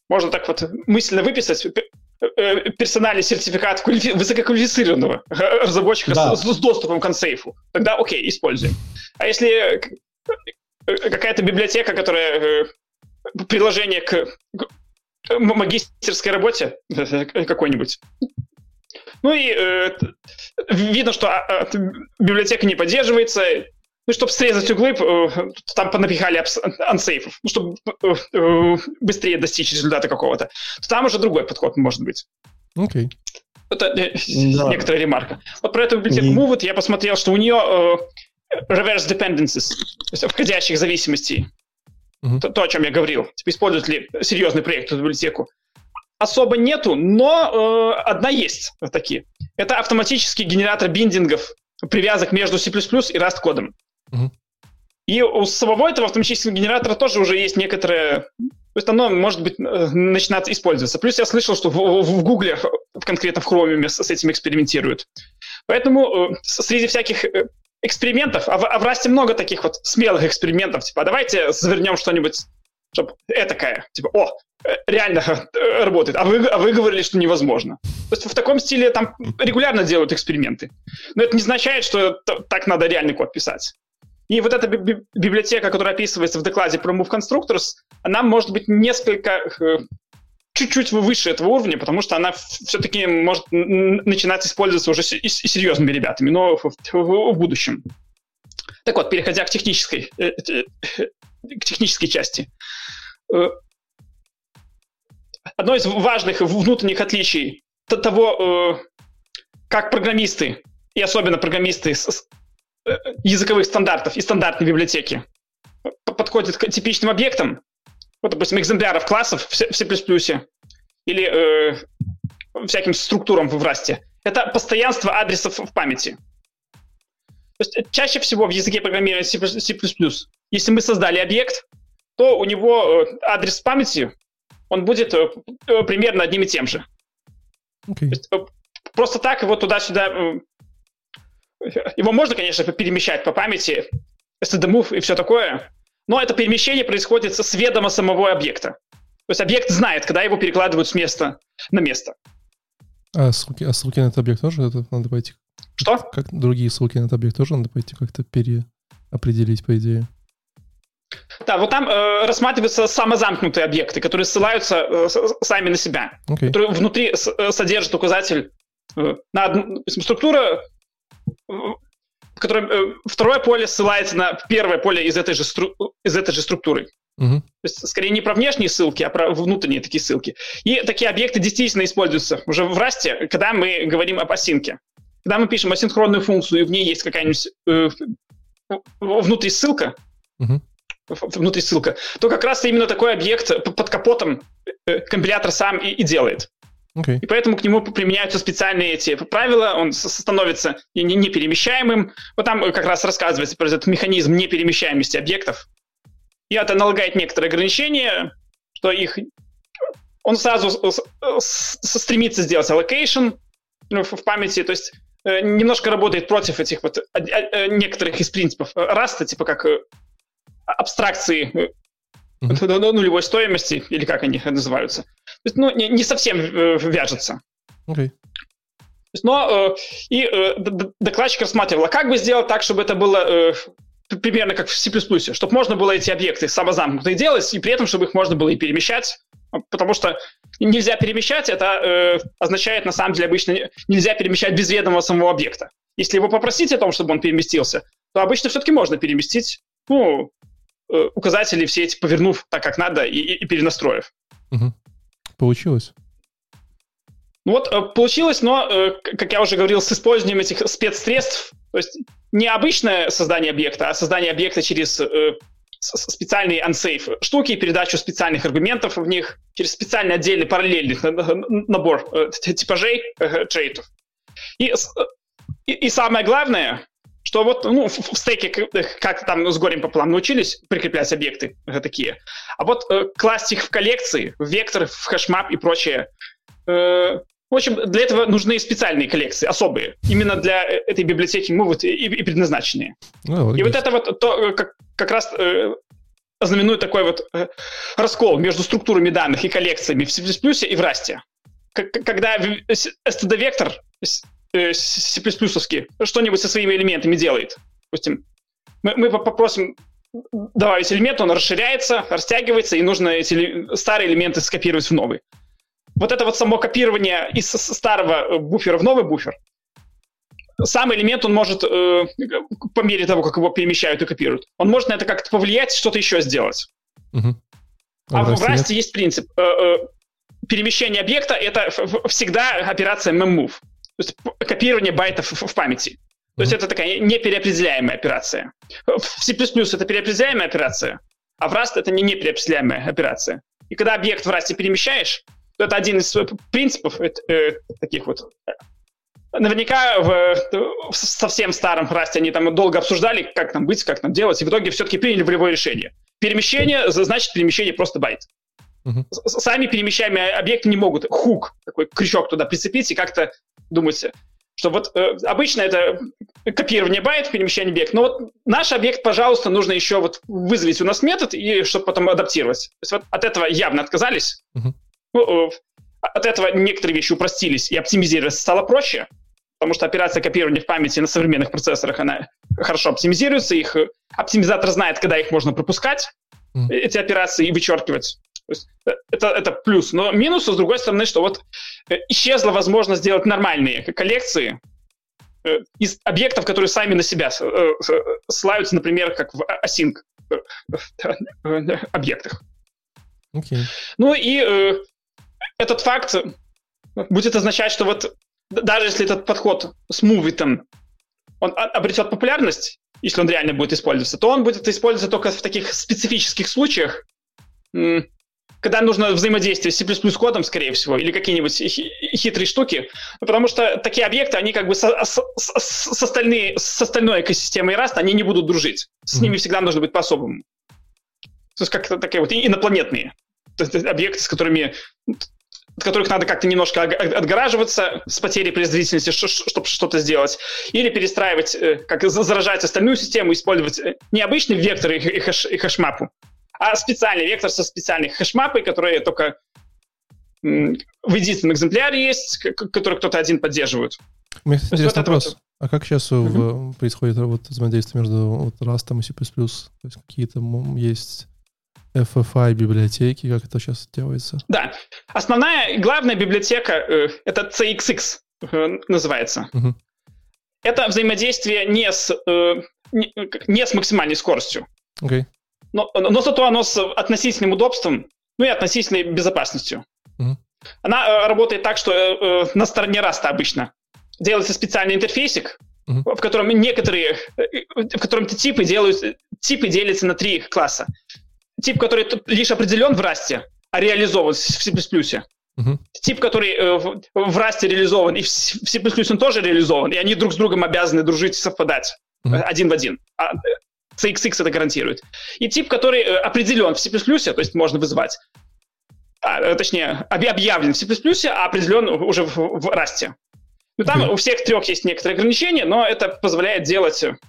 можно так вот мысленно выписать персональный сертификат квалифи- высококвалифицированного разработчика да. с, с доступом к ансейфу. Тогда окей, используем. А если какая-то библиотека, которая приложение к магистерской работе какой-нибудь, ну и э, видно, что э, библиотека не поддерживается, ну, чтобы срезать углы, э, там понапихали ансейфов, ну, чтобы э, быстрее достичь результата какого-то, то там уже другой подход может быть. Окей. Okay. Это э, да. некоторая ремарка. Вот про эту библиотеку mm. Move It я посмотрел, что у нее э, reverse dependencies, то есть входящих зависимостей. Mm-hmm. То, то, о чем я говорил. Типа, используют ли серьезный проект эту библиотеку? Особо нету, но э, одна есть такие. Это автоматический генератор биндингов, привязок между C++ и Rust кодом. Uh-huh. И у самого этого автоматического генератора тоже уже есть некоторое... То есть оно, может быть, начинать использоваться. Плюс я слышал, что в, в, в Google, конкретно в Chromium, с, с этим экспериментируют. Поэтому э, среди всяких экспериментов, а в, а в Rust много таких вот смелых экспериментов, типа, а давайте завернем что-нибудь, чтобы этакое, типа, о, реально работает, а вы, а вы говорили, что невозможно. То есть в таком стиле там регулярно делают эксперименты. Но это не означает, что так надо реальный код писать. И вот эта би- библиотека, которая описывается в докладе про Move Constructors, она может быть несколько, чуть-чуть выше этого уровня, потому что она все-таки может начинать использоваться уже и серьезными ребятами, но в, в, в будущем. Так вот, переходя к технической, к технической части. Одно из важных внутренних отличий того, как программисты, и особенно программисты с языковых стандартов и стандартной библиотеки подходят к типичным объектам, вот, допустим, экземпляров классов в C++, или э, всяким структурам в Rust, это постоянство адресов в памяти. То есть чаще всего в языке программирования C++, если мы создали объект, то у него адрес в памяти, он будет э, примерно одним и тем же. Okay. То есть, э, просто так его туда-сюда... Э, его можно, конечно, перемещать по памяти, std-move и все такое, но это перемещение происходит с ведома самого объекта. То есть объект знает, когда его перекладывают с места на место. А ссылки, а ссылки на этот объект тоже это надо пойти? Что? Как другие ссылки на этот объект тоже надо пойти как-то переопределить, по идее? Да, вот там э, рассматриваются самозамкнутые объекты, которые ссылаются э, с, сами на себя, okay. которые внутри с, э, содержат указатель э, на одну структуру, э, в которой э, второе поле ссылается на первое поле из этой же, стру, из этой же структуры. Uh-huh. То есть, скорее, не про внешние ссылки, а про внутренние такие ссылки. И такие объекты действительно используются уже в Rust, когда мы говорим об асинке. Когда мы пишем асинхронную функцию, и в ней есть какая-нибудь э, внутри ссылка, uh-huh. внутри ссылка, то как раз именно такой объект под капотом компилятор сам и, и делает. Okay. И поэтому к нему применяются специальные эти правила, он становится неперемещаемым. Вот там как раз рассказывается про этот механизм неперемещаемости объектов. И это налагает некоторые ограничения, что их... Он сразу стремится сделать allocation в памяти, то есть немножко работает против этих вот некоторых из принципов Rust, типа как абстракции mm-hmm. нулевой стоимости, или как они называются. То есть, ну, не, не совсем вяжется. Okay. Но и докладчик рассматривал, а как бы сделать так, чтобы это было примерно как в C++, чтобы можно было эти объекты самозамкнутые делать, и при этом, чтобы их можно было и перемещать, потому что нельзя перемещать, это э, означает, на самом деле, обычно нельзя перемещать без ведома самого объекта. Если его попросить о том, чтобы он переместился, то обычно все-таки можно переместить, ну, э, указатели все эти повернув так, как надо, и, и перенастроив. Угу. Получилось? Ну вот, э, получилось, но, э, как я уже говорил, с использованием этих спецсредств, то есть не обычное создание объекта, а создание объекта через э, специальные unsafe штуки, передачу специальных аргументов в них, через специальный отдельный параллельный набор э, типажей, э, трейтов. И, и, и самое главное, что вот ну, в, в стеке, как там с горем пополам научились прикреплять объекты э, такие, а вот э, класть их в коллекции, в вектор, в хэшмап и прочее, э, в общем, для этого нужны специальные коллекции, особые, именно для этой библиотеки Move It и, и предназначенные. Oh, и вот это вот то, как, как раз э, знаменует такой вот раскол между структурами данных и коллекциями в C++ и в Rust. Когда эс ти ди-вектор C++-овский что-нибудь со своими элементами делает, допустим, мы, мы попросим добавить элемент, он расширяется, растягивается, и нужно эти старые элементы скопировать в новый. Вот это вот само копирование из старого буфера в новый буфер, сам элемент, он может, э, по мере того, как его перемещают и копируют, он может на это как-то повлиять, что-то еще сделать. Угу. А, а в Rust есть принцип. Э, э, перемещение объекта — это всегда операция memmove, то есть копирование байтов в, в памяти. То есть mm-hmm. это такая непереопределяемая операция. В C++ это переопределяемая операция, а в Rust это не непереопределяемая операция. И когда объект в Rust перемещаешь, то это один из принципов э, э, таких вот. Наверняка в, в совсем старом Rust они там долго обсуждали, как нам быть, как нам делать, и в итоге все-таки приняли волевое решение. Перемещение значит перемещение просто байт. Mm-hmm. Сами перемещаемые объекты не могут хук, такой крючок туда прицепить и как-то думать, что вот э, обычно это копирование байт, перемещение объекта, но вот наш объект, пожалуйста, нужно еще вот вызовить у нас метод, и чтобы потом адаптировать. То есть вот от этого явно отказались. Mm-hmm. Ну, э, от этого некоторые вещи упростились, и оптимизировать стало проще, потому что операция копирования в памяти на современных процессорах, она хорошо оптимизируется, их оптимизатор знает, когда их можно пропускать, mm. эти операции, и вычеркивать. То есть это, это плюс. Но минус, с другой стороны, что вот исчезла возможность сделать нормальные коллекции из объектов, которые сами на себя ссылаются, например, как в async объектах. Okay. Ну и э, этот факт будет означать, что вот даже если этот подход с мувитом, он обретет популярность, если он реально будет использоваться, то он будет использоваться только в таких специфических случаях, когда нужно взаимодействие с C++ кодом, скорее всего, или какие-нибудь хитрые штуки, потому что такие объекты, они как бы со, с, с, с, остальной, с остальной экосистемой Rust, они не будут дружить. С mm-hmm. ними всегда нужно быть по-особому. То есть как-то такие вот инопланетные объекты, с которыми, от которых надо как-то немножко отгораживаться с потерей производительности, чтобы что-то сделать, или перестраивать, как заражать остальную систему, использовать не обычный вектор и хэш, и хэшмапу, а специальный вектор со специальной хэшмапой, которые только м, в единственном экземпляре есть, который кто-то один поддерживает. У меня, кстати, интересный вот вопрос. Вот... А как сейчас uh-huh. в, происходит вот, взаимодействие между вот, Rust и C++? То есть какие-то есть эф эф ай библиотеки, как это сейчас делается? Да. Основная, главная библиотека э, это си икс икс э, называется. Uh-huh. Это взаимодействие не с, э, не, не с максимальной скоростью. Okay. Но, но зато оно с относительным удобством, ну и относительной безопасностью. Uh-huh. Она э, работает так, что э, на стороне Rust обычно делается специальный интерфейсик, uh-huh. в котором некоторые, э, в котором типы делают, типы делятся на три класса. Тип, который лишь определен в Rust, а реализован в C++. Uh-huh. Тип, который э, в, в Rust реализован, и в C++ он тоже реализован, и они друг с другом обязаны дружить и совпадать uh-huh. один в один. А си икс икс это гарантирует. И тип, который э, определен в C++, то есть можно вызывать, а, точнее, объявлен в C++, а определен уже в, в Rust. Ну, там uh-huh. у всех трех есть некоторые ограничения, но это позволяет делать э,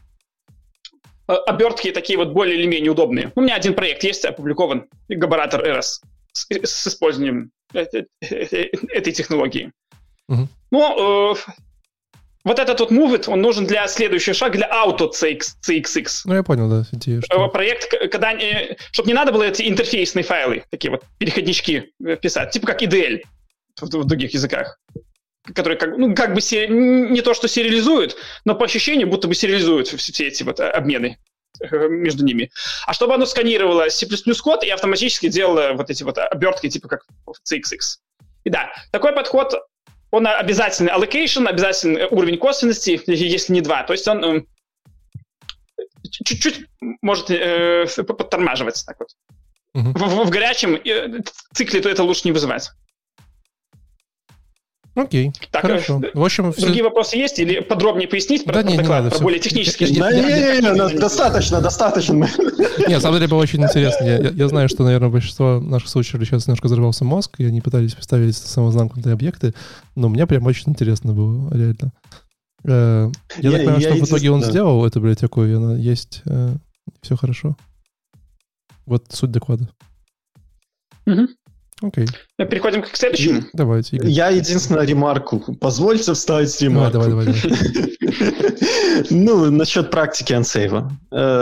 обертки такие вот более или менее удобные. У меня один проект есть, опубликован, Габаратор Эрос, с, с использованием этой, этой технологии. Uh-huh. Но э, вот этот вот Moveit, он нужен для следующего шага, для auto си икс икс. Ну, я понял, да, идея. Что... Проект, когда, чтобы не надо было эти интерфейсные файлы, такие вот переходнички писать, типа как и ди эл в, в других языках, которые как, ну, как бы се, не то что сериализуют, но по ощущению будто бы сериализуют все эти вот обмены между ними. А чтобы оно сканировало C++ код и автоматически делало вот эти вот обертки типа как в си икс икс. И да, такой подход, он обязательный allocation, обязательный уровень косвенности, если не два. То есть он э, чуть-чуть может э, подтормаживать. Так вот. Uh-huh. В, в горячем э, цикле то это лучше не вызывать. Окей, так, хорошо. В общем, другие все... вопросы есть? Или подробнее пояснить про, да, не, доклад, не надо, про все. Более технические? Не-не-не, достаточно, достаточно. Нет, на самом деле было очень интересно. Я, я знаю, что, наверное, большинство наших слушателей сейчас немножко взорвался мозг, и они пытались представить самозамкнутые объекты, но мне прям очень интересно было, реально. Я, я так понимаю, что в итоге он да. сделал эту библиотеку, и она есть, все хорошо. Вот суть доклада. Угу. Окей. Переходим к следующему. Давайте, Игорь. Я единственную ремарку. Позвольте вставить ремарку. Давай, давай, давай. Ну, насчет практики ансейва.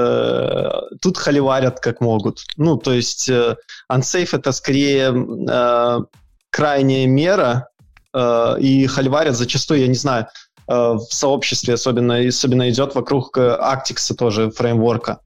Тут холиварят как могут. Ну, то есть ансейв это скорее крайняя мера, и холиварят зачастую, я не знаю, в сообществе особенно, особенно идет вокруг Actix тоже фреймворка.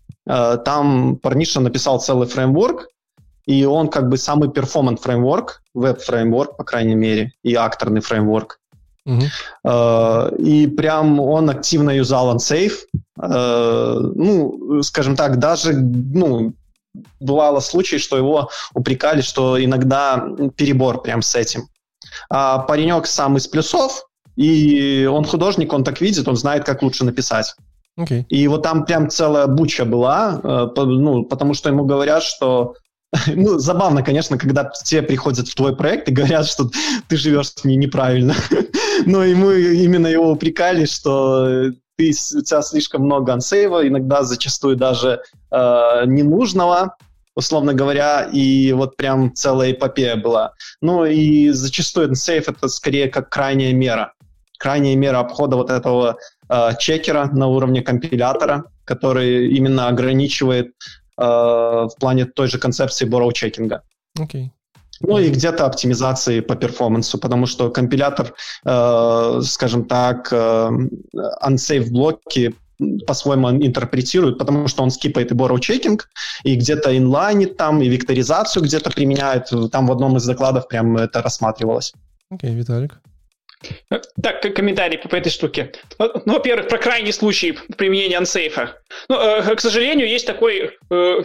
Там парниша написал целый фреймворк, и он как бы самый перформант фреймворк, веб-фреймворк, по крайней мере, и акторный фреймворк. Uh-huh. Uh, и прям он активно юзал Unsafe. Uh, ну, скажем так, даже, ну, бывало случаи, что его упрекали, что иногда перебор прям с этим. А паренек сам из плюсов, и он художник, он так видит, он знает, как лучше написать. Okay. И вот там прям целая буча была, uh, ну, потому что ему говорят, что ну, забавно, конечно, когда тебе приходят в твой проект и говорят, что ты живешь не, неправильно. Но ему именно его упрекали, что ты, у тебя слишком много ансейва, иногда зачастую даже э, ненужного, условно говоря, и вот прям целая эпопея была. Ну и зачастую ансейв это скорее как крайняя мера. Крайняя мера обхода вот этого э, чекера на уровне компилятора, который именно ограничивает в плане той же концепции borrow-чекинга. Okay. Ну и где-то оптимизации по перформансу, потому что компилятор, э, скажем так, э, unsafe блоки по-своему интерпретирует, потому что он скипает и borrow-чекинг, и где-то инлайнит там, и векторизацию где-то применяет. Там в одном из докладов прям это рассматривалось. Окей, okay, Виталик. Так, комментарий по этой штуке. Ну, во-первых, про крайний случай применения ансейфа. Ну, э, к сожалению, есть такой э,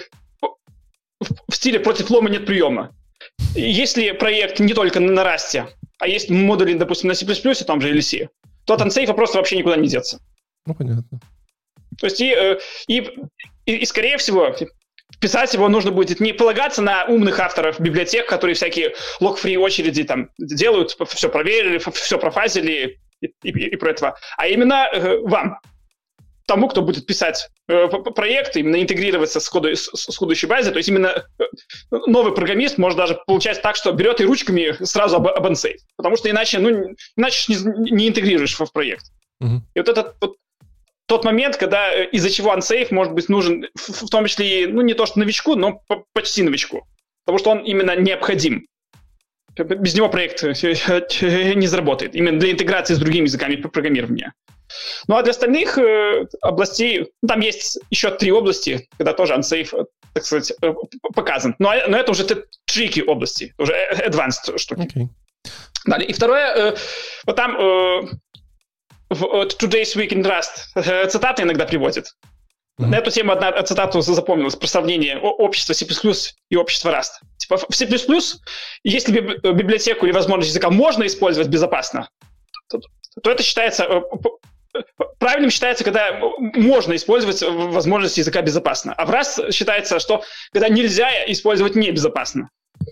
в стиле против лома нет приема. Если проект не только на Rust, а есть модули, допустим, на C++, там же или C, то от ансейфа просто вообще никуда не деться. Ну, понятно. То есть и, и, и, и скорее всего, писать его нужно будет не полагаться на умных авторов библиотек, которые всякие лог-фри очереди там делают, все проверили, все профазили и, и, и про это, а именно э, вам, тому, кто будет писать э, проект, именно интегрироваться с, коду, с, с кодующей базой, то есть именно э, новый программист может даже получать так, что берет и ручками сразу об, об unsafe, потому что иначе, ну, иначе не, не интегрируешь в проект. Uh-huh. И вот этот вот тот момент, когда из-за чего unsafe может быть нужен, в, в том числе, ну, не то что новичку, но по- почти новичку. Потому что он именно необходим. Без него проект не заработает. Именно для интеграции с другими языками программирования. Ну, а для остальных э, областей, ну, там есть еще три области, когда тоже unsafe, так сказать, показан. Но, но это уже tricky области, уже advanced штуки. Okay. Далее. И второе, э, вот там... Э, в Today's Week in Rust цитаты иногда приводят. Mm-hmm. На эту тему одна цитата запомнилась про сравнение общества C++ и общества Rust. Типа в C++, если библиотеку или возможность языка можно использовать безопасно, то, то это считается... Правильным считается, когда можно использовать возможность языка безопасно. А в Rust считается, что когда нельзя использовать небезопасно.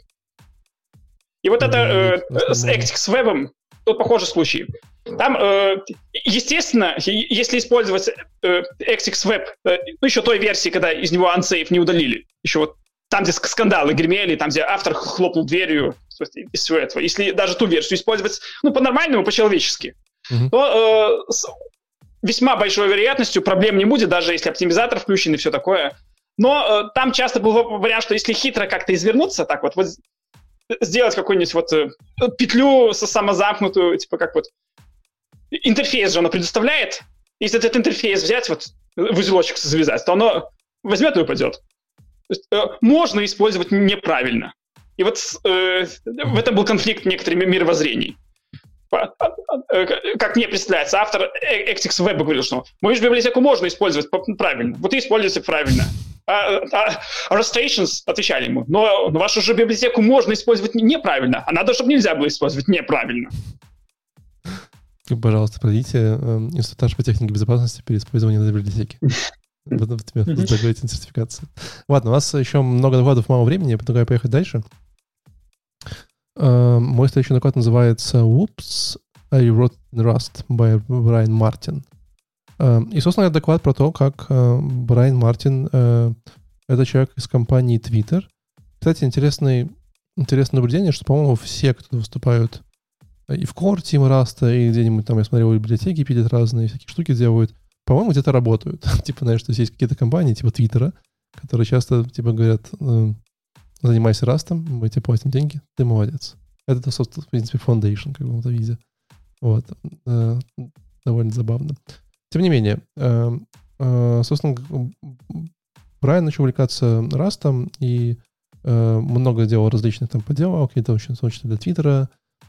И вот mm-hmm. это э, с Actix с вебом тут похожий случай. Там, э, естественно, если использовать э, Actix Web, э, ну, еще той версии, когда из него unsafe не удалили, еще вот там, где скандалы гремели, там, где автор хлопнул дверью, из всего этого, если даже ту версию использовать, ну, по-нормальному, по-человечески, mm-hmm. то э, с весьма большой вероятностью проблем не будет, даже если оптимизатор включен и все такое. Но э, там часто был вариант, что если хитро как-то извернуться, так вот, вот сделать какую-нибудь вот э, петлю самозамкнутую, типа как вот интерфейс же оно предоставляет. Если этот интерфейс взять, вот в узелочек завязать, то оно возьмет и упадет. То есть, э, можно использовать неправильно. И вот э, в этом был конфликт некоторых мировоззрений. Как мне представляется, автор Actix Web говорил, что мою же библиотеку можно использовать правильно. Вот и используйте правильно. А, а, а Rustations отвечали ему, но, но вашу же библиотеку можно использовать неправильно, а надо, чтобы нельзя было использовать неправильно. Пожалуйста, пройдите э, инструктаж по технике безопасности при использовании библиотеки. Потом тебе закрыть сертификацию. Ладно, у нас еще много докладов, мало времени, я предлагаю поехать дальше. Uh, мой следующий доклад называется «Whoops, I wrote in Rust» by Brian Martin. Uh, и, собственно, это доклад про то, как uh, Брайан Мартин uh, Это человек из компании Twitter. Кстати, интересный, интересное наблюдение, что, по-моему, все, кто выступают и в Core Team Rust, и где-нибудь там, я смотрел, библиотеки пилят разные, всякие штуки делают, по-моему, где-то работают. Типа, знаешь, что есть какие-то компании, типа Твиттера, которые часто, типа, говорят, занимайся растом, мы тебе платим деньги, ты молодец. Это, собственно, в принципе, foundation, как в каком-то виде. Вот. Довольно забавно. Тем не менее, собственно, Брайан начал увлекаться растом и много делал различных там поделок, какие-то очень срочно для Твиттера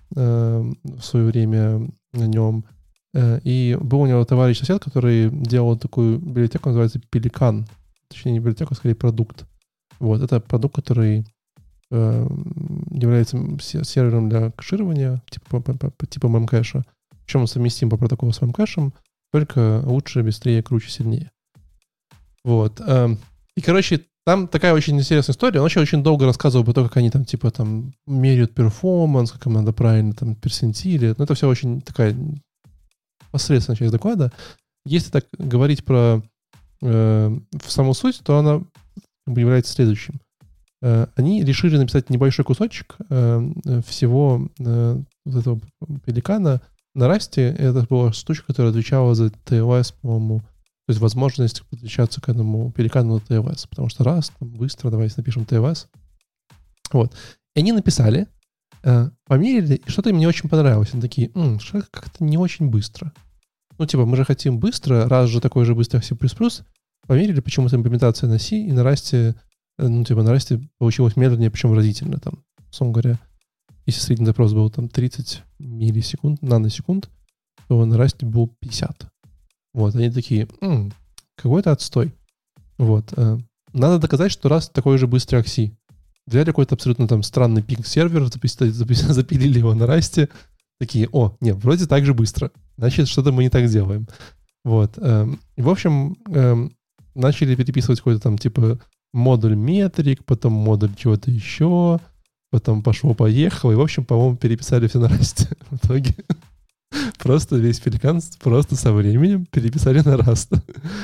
в свое время на нем. И был у него товарищ-сосед, который делал такую библиотеку, называется Pelikan. Точнее, не библиотека, а скорее продукт. Вот, это продукт, который э, является сервером для кэширования, типа, по, по, по, типа Memcache. Причем он совместим по протоколу с Memcache, только лучше, быстрее, круче, сильнее. Вот. Э, и, короче, там такая очень интересная история. Он вообще очень долго рассказывал про то, как они там, типа, там, меряют перформанс, как им надо правильно там персентили. Ну, это все очень такая посредственная часть доклада. Если так говорить про э, в саму суть, то она является следующим. Э, они решили написать небольшой кусочек э, всего э, вот этого пеликана на Rust. Это была штучка, которая отвечала за ти эл эс, по-моему, то есть возможность подключаться к этому пеликану на ти эл эс, потому что Rust, там, быстро, давайте напишем ти эл эс. Вот. И они написали, э, померили, и что-то им не очень понравилось. Они такие, м, что как-то не очень быстро. Ну, типа, мы же хотим быстро, раз же такой же быстрый C++, померили, почему-то имплементация на C, и на Rust, ну, типа, на Rust получилось медленнее, причем выразительно, там, условно говоря, если средний запрос был там тридцать миллисекунд, наносекунд, то на Rust был пятьдесят. Вот, они такие, м-м, какой-то отстой. Вот. Надо доказать, что Rust такой же быстрый, как C. Взяли какой-то абсолютно там странный пинг-сервер, запилили его на Rust, такие, о, нет, вроде так же быстро. Значит, что-то мы не так делаем. Вот. И, в общем, начали переписывать какой-то там, типа, модуль метрик, потом модуль чего-то еще, потом пошло-поехало, и, в общем, по-моему, переписали все на Rust. В итоге просто весь пеликан просто со временем переписали на Rust.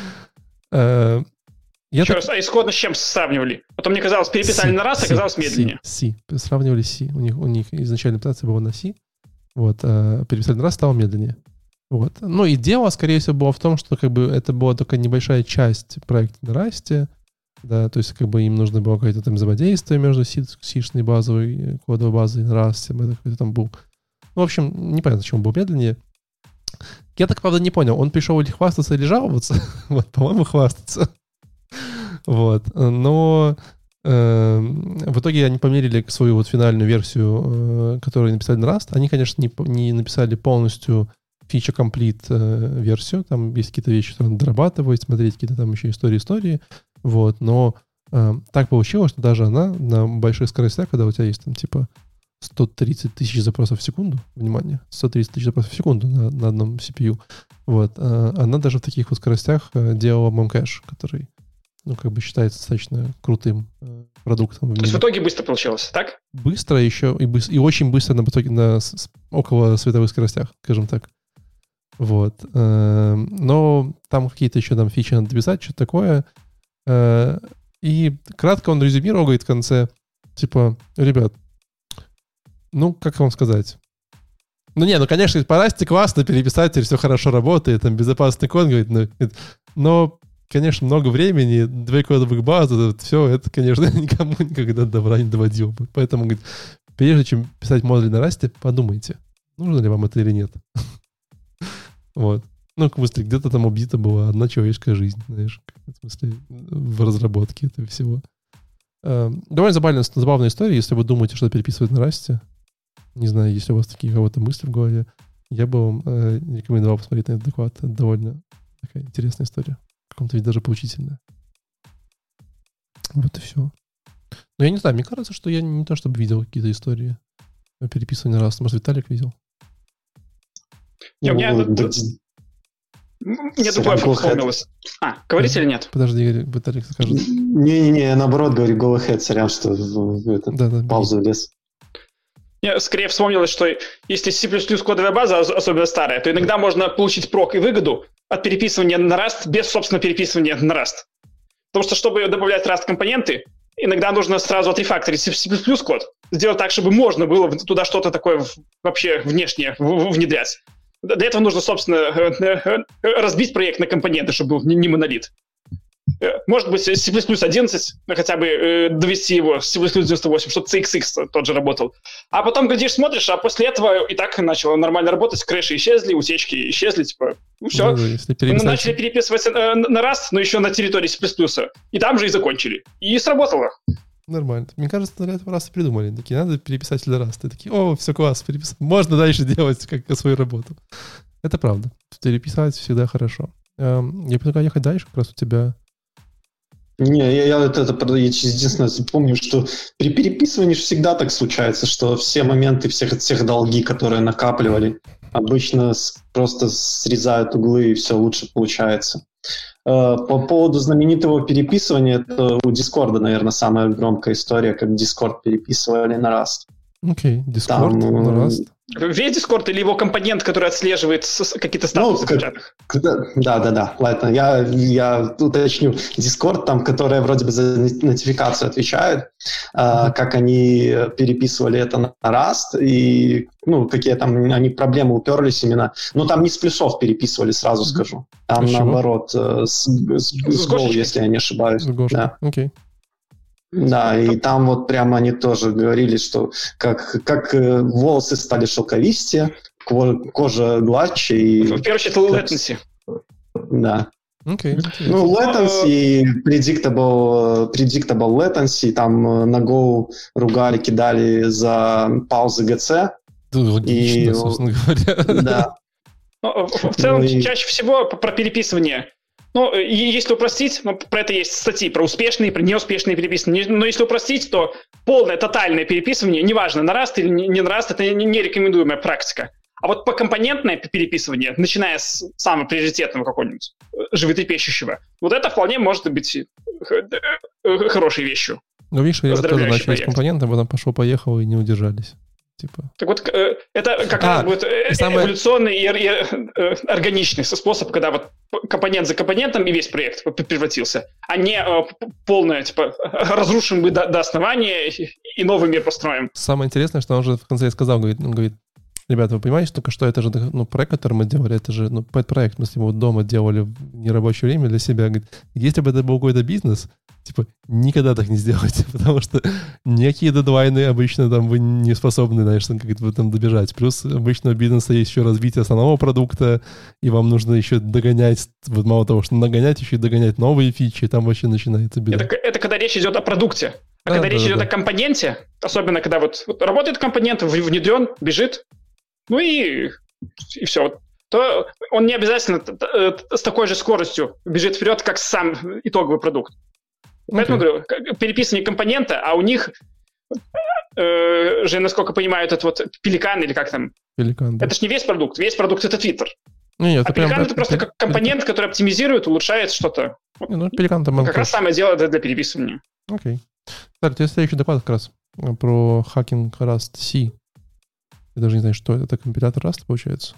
Я Еще так... раз, а исходно с чем сравнивали? Потом мне казалось, переписали C, на Rust, C, оказалось медленнее. C, C. Сравнивали C. У них, у них изначально имплементация была на C. Вот. А переписали на Rust, стало медленнее. Вот. Ну и дело, скорее всего, было в том, что как бы это была только небольшая часть проекта на Rust. Да, то есть как бы им нужно было какое-то там взаимодействие между C-шной базовой кодовой базой на Rust. Это какой-то там был. Ну, в общем, непонятно, почему был медленнее. Я так, правда, не понял, он пришел или хвастаться, или жаловаться. Вот, по-моему, хвастаться. Вот. Но э, в итоге они померили свою вот финальную версию, э, которую написали на Rust. Они, конечно, не, не написали полностью feature complete э, версию. Там есть какие-то вещи, которые надо дорабатывать, смотреть какие-то там еще истории-истории. Вот. Но э, так получилось, что даже она на больших скоростях, когда у тебя есть там типа сто тридцать тысяч запросов в секунду, внимание, сто тридцать тысяч запросов в секунду на, на одном си пи ю, вот, э, она даже в таких вот скоростях э, делала Memcache, который, ну, как бы считается достаточно крутым э, продуктом. То есть в итоге быстро получилось, так? Быстро еще и, быстро, и очень быстро на потоке, на с, с, около световых скоростях, скажем так. Вот. Э, но там какие-то еще там фичи надо дописать, что-то такое. Э, и кратко он резюмировал, говорит в конце, типа, ребят, ну, как вам сказать? Ну, не, ну, конечно, по Rust классно переписать, теперь все хорошо работает, там безопасный код, говорит, но, но конечно, много времени, две кодовых базы, все, это, конечно, никому никогда добра не доводило бы. Поэтому, говорит, прежде чем писать модуль на Rust, подумайте, нужно ли вам это или нет. Вот. Ну, в смысле, где-то там убита была одна человеческая жизнь, знаешь, в смысле, в разработке этого всего. Довольно забавная, забавная история, если вы думаете, что переписывать на Rust. Не знаю, если у вас такие кого-то мысли в голове, я бы вам э, рекомендовал посмотреть на этот доклад. Это довольно такая интересная история. В каком-то виде даже поучительная. Вот и все. Но я не знаю, мне кажется, что я не то чтобы видел какие-то истории переписывания на Rust. Может, Виталик видел? Не, у меня... Мне другое вспомнилось. А, говорите или нет? Подожди, Виталик скажет. Не-не-не, наоборот говорю, go ahead, сорян, что в этот да, да, паузу лез. Мне скорее вспомнилось, что если C++ кодовая база, особенно старая, то иногда можно получить прок и выгоду от переписывания на Rust без, собственно, переписывания на Rust. Потому что, чтобы добавлять Rust-компоненты, иногда нужно сразу отрефакторить C++ код, сделать так, чтобы можно было туда что-то такое вообще внешнее внедрять. Для этого нужно, собственно, разбить проект на компоненты, чтобы был не монолит. Может быть, C++ одиннадцать, хотя бы довести его, C++ девяносто восемь, чтобы си икс икс тот же работал. А потом, глядишь, смотришь, а после этого и так начало нормально работать, крэши исчезли, утечки исчезли, типа, ну все. Ну, переписать... Мы начали переписывать на Rust, но еще на территории C++, и там же и закончили. И сработало. Нормально. Мне кажется, для этого Rust придумали. Такие, надо переписать для Rust. И такие, о, все, класс, переписать. Можно дальше делать как свою работу. Это правда. Переписать всегда хорошо. Я предлагаю ехать дальше, как раз у тебя... Не, я, я это, это единственное помню, что при переписывании всегда так случается, что все моменты, всех, всех долги, которые накапливали, обычно просто срезают углы, и все лучше получается. По поводу знаменитого переписывания, это у Discord, наверное, самая громкая история, как Discord переписывали на Rust. Окей, okay. Discord Там, на Rust. Весь Discord или его компонент, который отслеживает какие-то статусы ну, в чатах? Да, да, да. Ладно, я, я уточню. Discord, там, которая вроде бы за нотификацию отвечает, mm-hmm. э, как они переписывали это на Rust, и ну, какие там они проблемы уперлись именно. Но там не с плюсов переписывали, сразу mm-hmm. скажу. Там, а наоборот, э, с, с, с, с Go, если я не ошибаюсь. С Go, да. Окей. Okay. Да, и там вот прямо они тоже говорили, что как, как волосы стали шелковистее, кожа гладче. И... В первую очередь, latency. Да. Okay. Ну, latency, predictable, predictable latency, там на Go ругали, кидали за паузы джи си. Да, логично, и... собственно говоря. Да. Ну, в целом, ну, и... чаще всего про переписывание. Ну, если упростить, ну, про это есть статьи, про успешные, про неуспешные переписывания, но если упростить, то полное, тотальное переписывание, неважно, на Rust или не на Rust, это нерекомендуемая практика. А вот покомпонентное переписывание, начиная с самого приоритетного какого-нибудь, животрепещущего, вот это вполне может быть хорошей вещью. Ну, видишь, я тоже начали с компонента, потом пошел-поехал и не удержались. Типа. Так вот, это как а, раз будет самое... эволюционный и органичный способ, когда вот компонент за компонентом и весь проект превратился, а не полное, типа, разрушим мы до, до основания и новый мир построим. Самое интересное, что он же в конце сказал, говорит, он говорит, ребята, вы понимаете, только что это же ну, проект, который мы делали, это же ну, пэт-проект, в смысле, мы вот дома делали в нерабочее время для себя. Говорит, если бы это был какой-то бизнес, типа, никогда так не сделайте, потому что никакие дедлайны обычно там вы не способны, знаешь, как-то там добежать. Плюс обычно у бизнеса есть еще развитие основного продукта, и вам нужно еще догонять, вот мало того, что нагонять, еще и догонять новые фичи, и там вообще начинается беда. Это, это когда речь идет о продукте. А, а когда да, речь да, идет да. о компоненте, особенно когда вот, вот работает компонент, внедрен, бежит, ну и, и все. То он не обязательно с такой же скоростью бежит вперед, как сам итоговый продукт. Поэтому okay. говорю, переписывание компонента, а у них э, же, насколько понимаю, этот вот Пеликан или как там, Пеликан, да. это же не весь продукт, весь продукт — это Twitter. Не, не, а Пеликан прям, — это просто как компонент, который оптимизирует, улучшает что-то. Не, ну, Пеликан там как раз самое дело для, для переписывания. Окей. Okay. Так, у тебя следующий доклад как раз про hacking Rust C. Я даже не знаю, что это. Это компилятор Rust, получается?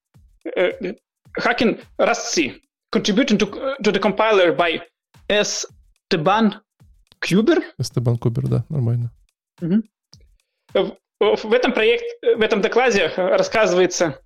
Hacking Rust C. Contributing to, to the compiler by Esteban Kuber. Esteban Kuber, да, нормально. Угу. В, в, этом проекте, в этом докладе рассказывается,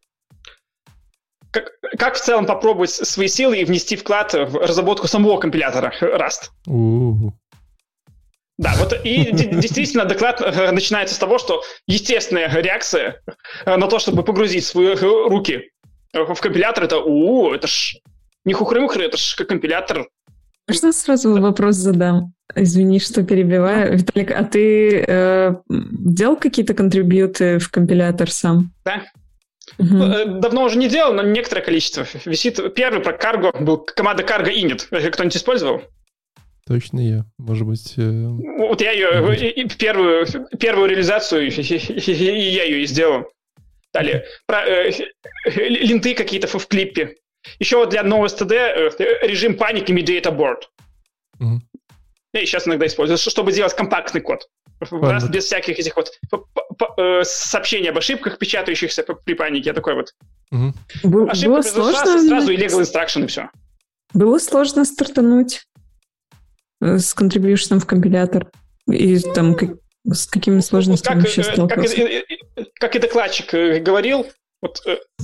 как, как в целом попробовать свои силы и внести вклад в разработку самого компилятора Rust. У-у-у. Да, вот и действительно доклад начинается с того, что естественная реакция на то, чтобы погрузить свои руки в компилятор, это у это ж не хухры-мухры, это ж как компилятор. Можно сразу вопрос задам? Извини, что перебиваю. Виталик, а ты э, делал какие-то контрибьюты в компилятор сам? Да. Угу. Давно уже не делал, но некоторое количество. Висит первый про Cargo, был команда Cargo init. Кто-нибудь использовал? Точно я, может быть... Э... Вот я ее, первую, первую реализацию, и я ее и сделал. Далее, про, э, линты какие-то в, в клипе. Еще вот для нового эс ти ди э, режим паники mediate abort. Угу. Я сейчас иногда использую, чтобы сделать компактный код. Раз, без всяких этих вот э, сообщений об ошибках, печатающихся при панике. Такой вот. Угу. Был, ошибка произошла, сразу и legal instruction, и все. Было сложно стартануть? с контрибьюшеном в компилятор? И там как, с какими сложностями как, вообще сталкивался? Как, как и докладчик говорил, вот,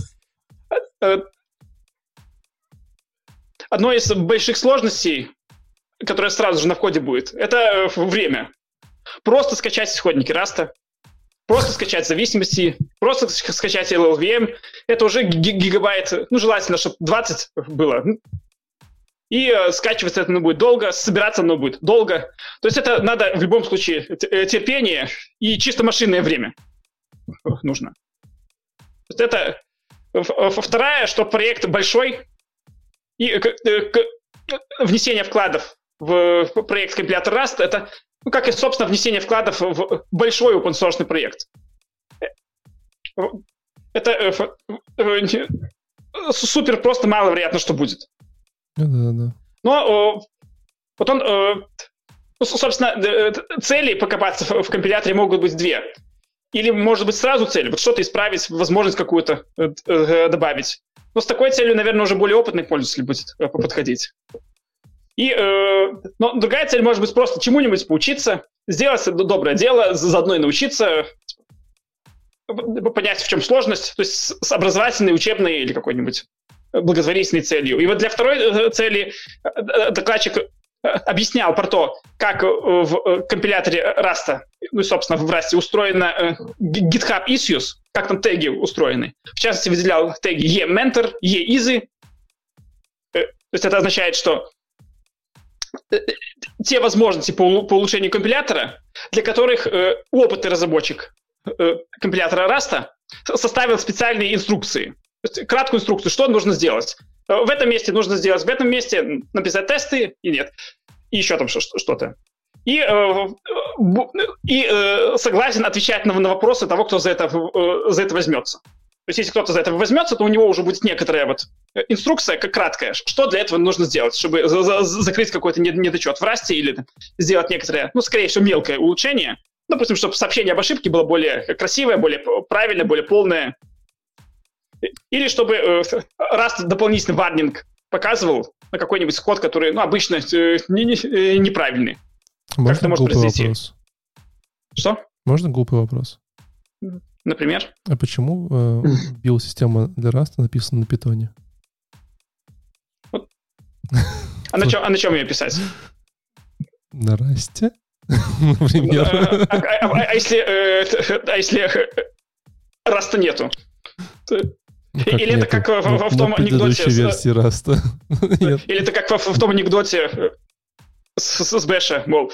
одной из больших сложностей, которая сразу же на входе будет, это время. Просто скачать исходники Rust, просто скачать зависимости, просто скачать эл эл ви эм. Это уже гигабайт, ну, желательно, чтобы двадцать было. И э, скачиваться это ну, будет долго, собираться оно будет долго. То есть это надо в любом случае терпение и чисто машинное время нужно. Это вторая, что проект большой, и внесение вкладов в проект компилятор Rust, это, ну, как и, собственно, внесение вкладов в большой open-source проект. Это супер просто маловероятно, что будет. Да, да, да. Но вот он, собственно, цели покопаться в компиляторе могут быть две. Или, может быть, сразу цель, вот что-то исправить, возможность какую-то добавить. Но с такой целью, наверное, уже более опытный пользователь будет подходить. И, э, но другая цель может быть просто чему-нибудь поучиться, сделать доброе дело, заодно и научиться, понять, в чем сложность, то есть с образовательной, учебной или какой-нибудь благотворительной целью. И вот для второй цели докладчик объяснял про то, как в компиляторе Rust, ну и, собственно, в Rust устроено GitHub Issues, как там теги устроены. В частности, выделял теги eMentor, eEasy. То есть это означает, что те возможности по улучшению компилятора, для которых опытный разработчик компилятора Rust составил специальные инструкции. То есть краткую инструкцию, что нужно сделать. В этом месте нужно сделать, в этом месте написать тесты, и нет. И еще там что-то. И, и согласен отвечать на, на вопросы того, кто за это, за это возьмется. То есть если кто-то за это возьмется, то у него уже будет некоторая вот инструкция, как краткая, что для этого нужно сделать, чтобы за- за- закрыть какой-то недочет в Rust или сделать некоторое, ну, скорее всего, мелкое улучшение. Допустим, чтобы сообщение об ошибке было более красивое, более правильное, более полное. Или чтобы э, Rust дополнительный варнинг показывал на какой-нибудь код, который, ну, обычно э, не, не, э, неправильный. Можно как это может глупый произойти? Вопрос? Что? Можно глупый вопрос? Например? А почему э, билд-система для Rust написана на питоне? Вот. А, на чем, а на чем ее писать? На Rust? Например. А, а, а, а если, э, а если Rust нету? Ну, как Или нету? это как в, в, в На том анекдоте... предыдущей версии Rust. Или это как в, в том анекдоте с, с Бэша, мол,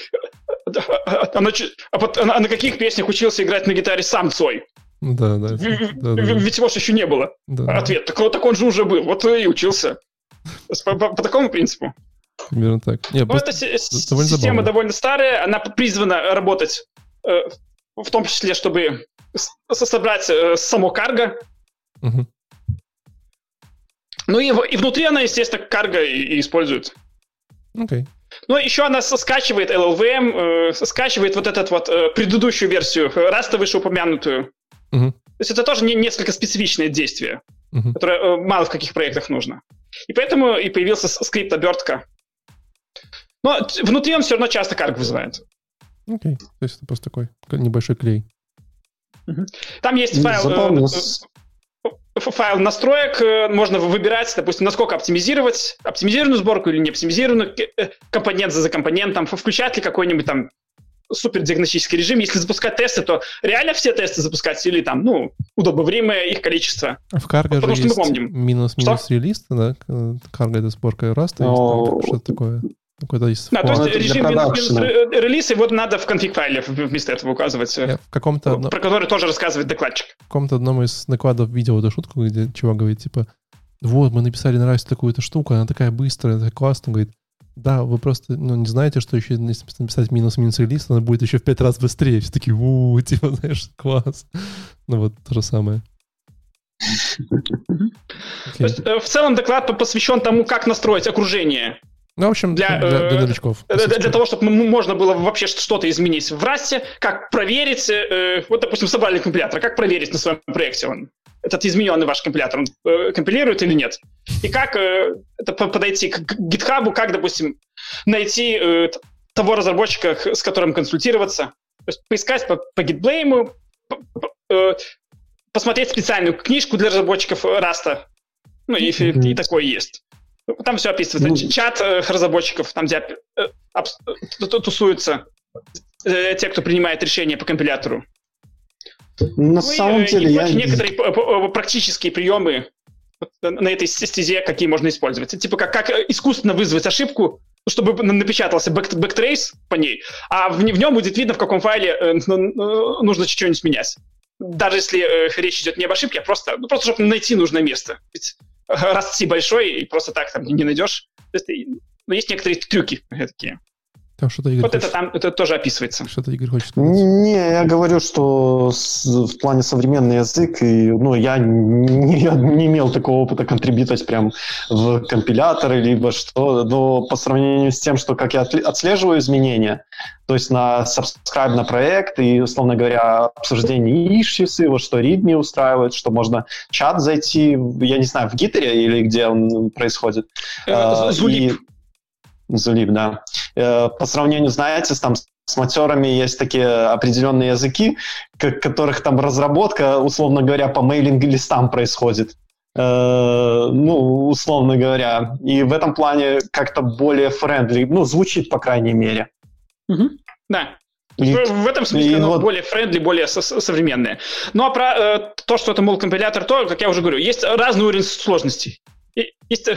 а на, а на каких песнях учился играть на гитаре сам Цой? Да, да. В, да, да. Ведь его же еще не было. Да. Ответ, так, так он же уже был, вот и учился. По, по, по такому принципу. Примерно так. Не, Но эта с- довольно система забавно. Довольно старая, она призвана работать э, в том числе, чтобы с- собрать э, само карго. Угу. Ну и, и внутри она, естественно, карго и, и использует. Окей. Okay. Но еще она скачивает эл эл ви эм, э, скачивает вот эту вот э, предыдущую версию, Rust вышеупомянутую. Uh-huh. То есть это тоже не, несколько специфичное действие, uh-huh. которое э, мало в каких проектах нужно. И поэтому и появился скрипт обертка. Но внутри он все равно часто карг вызывает. Окей, okay. То есть это просто такой небольшой клей. Uh-huh. Там есть файл... Э, файл настроек, можно выбирать, допустим, насколько оптимизировать, оптимизированную сборку или не оптимизированную, компонент за компонентом, включать ли какой-нибудь там супердиагностический режим. Если запускать тесты, то реально все тесты запускать или там, ну, удобоваримое их количество. В карго же есть минус-минус релиз, да? Карго — это сборка Rust, Но... что-то такое. Какой-то есть да, то есть режим минус релиз, его надо в конфиг-файле вместо этого указывать, yeah, в каком-то одно... про который тоже рассказывает докладчик. В каком-то одном из докладов видел эту шутку, где чувак говорит, типа, вот, мы написали на Rust такую-то штуку, она такая быстрая, такая классная. Он говорит, да, вы просто ну, не знаете, что еще если написать минус-минус релиз, она будет еще в пять раз быстрее. Все такие, у типа, знаешь, класс. Ну вот то же самое. Okay. То есть, в целом доклад посвящен тому, как настроить окружение Ну, в общем, для, для, для новичков. Для, для того, чтобы можно было вообще что-то изменить в Rust, как проверить, э, вот, допустим, собрали компилятор, как проверить на своем проекте он, этот измененный ваш компилятор, он э, компилирует или нет. И как э, это подойти к GitHub, как, допустим, найти э, того разработчика, с которым консультироваться, то есть поискать по, по GitBlame, по, по, э, посмотреть специальную книжку для разработчиков Rust, ну и, mm-hmm. и, и такое есть. Там все описывается. Mm-hmm. Чат э, разработчиков, там где э, э, тусуются э, те, кто принимает решения по компилятору. На ну, самом и, деле и я... некоторые практические приемы на этой стезе, какие можно использовать. Типа как, как искусственно вызвать ошибку, чтобы напечатался бэктрейс по ней, а в, в нем будет видно, в каком файле э, нужно что-нибудь менять. Даже если э, речь идет не об ошибке, а просто, ну, просто чтобы найти нужное место. Ведь Rust C большой, и просто так там не найдешь. То есть, но есть некоторые трюки такие. Там что-то Игорь вот хочет... это там это тоже описывается. Что-то Игорь хочет сказать. Не, я говорю, что с, в плане современный язык, и, ну, я не, я не имел такого опыта контрибьютать прям в компиляторы, либо что, но по сравнению с тем, что как я отслеживаю изменения, то есть на subscribe на проект и, условно говоря, обсуждение issues, вот что readme устраивает, что можно чат зайти, я не знаю, в гитаре или где он происходит. Zulip. Zulip, да. По сравнению, знаете, с, там, с матерами есть такие определенные языки, как, которых там разработка, условно говоря, по мейлинг-листам происходит. Э, ну, условно говоря. И в этом плане как-то более френдли, ну, звучит, по крайней мере. Угу. Да. И, в, в этом смысле оно вот... более френдли, более со- современное. Ну, а про э, то, что это, мол, компилятор, то, как я уже говорю, есть разный уровень сложности. И, есть э,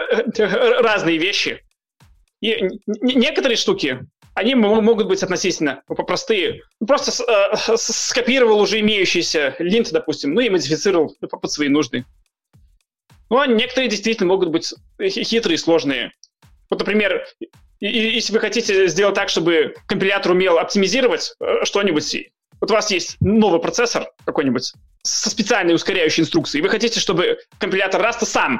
э, разные вещи. И некоторые штуки, они могут быть относительно простые. Просто э, скопировал уже имеющийся линт, допустим, ну и модифицировал под свои нужды. Ну, а некоторые действительно могут быть хитрые, сложные. Вот, например, если вы хотите сделать так, чтобы компилятор умел оптимизировать что-нибудь, вот у вас есть новый процессор какой-нибудь со специальной ускоряющей инструкцией, и вы хотите, чтобы компилятор Rust сам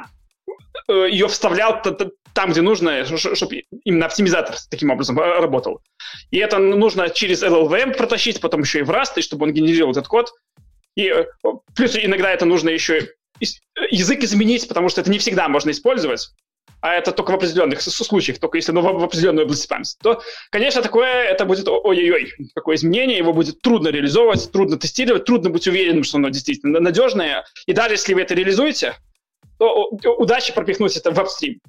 ее вставлял там, где нужно, чтобы именно оптимизатор таким образом работал. И это нужно через эл эл ви эм протащить, потом еще и в Rust, и чтобы он генерировал этот код. И плюс иногда это нужно еще язык изменить, потому что это не всегда можно использовать, а это только в определенных случаях, только если ну, в определенной области памяти, то, конечно, такое, это будет ой-ой-ой, такое изменение, его будет трудно реализовывать, трудно тестировать, трудно быть уверенным, что оно действительно надежное. И даже если вы это реализуете, то удачи пропихнуть это в апстрим.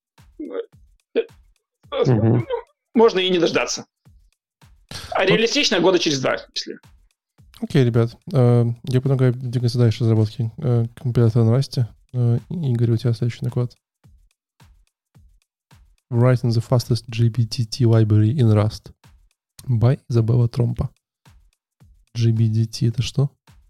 Mm-hmm. Можно и не дождаться. А реалистично года через два, если... Окей, okay, ребят. Я предлагаю двигаться дальше разработки компилятора на Rust. Игорь, у тебя следующий доклад. Writing the fastest джи би ти ти library in Rust by Изабелла Тромпа. джи би ти ти это что?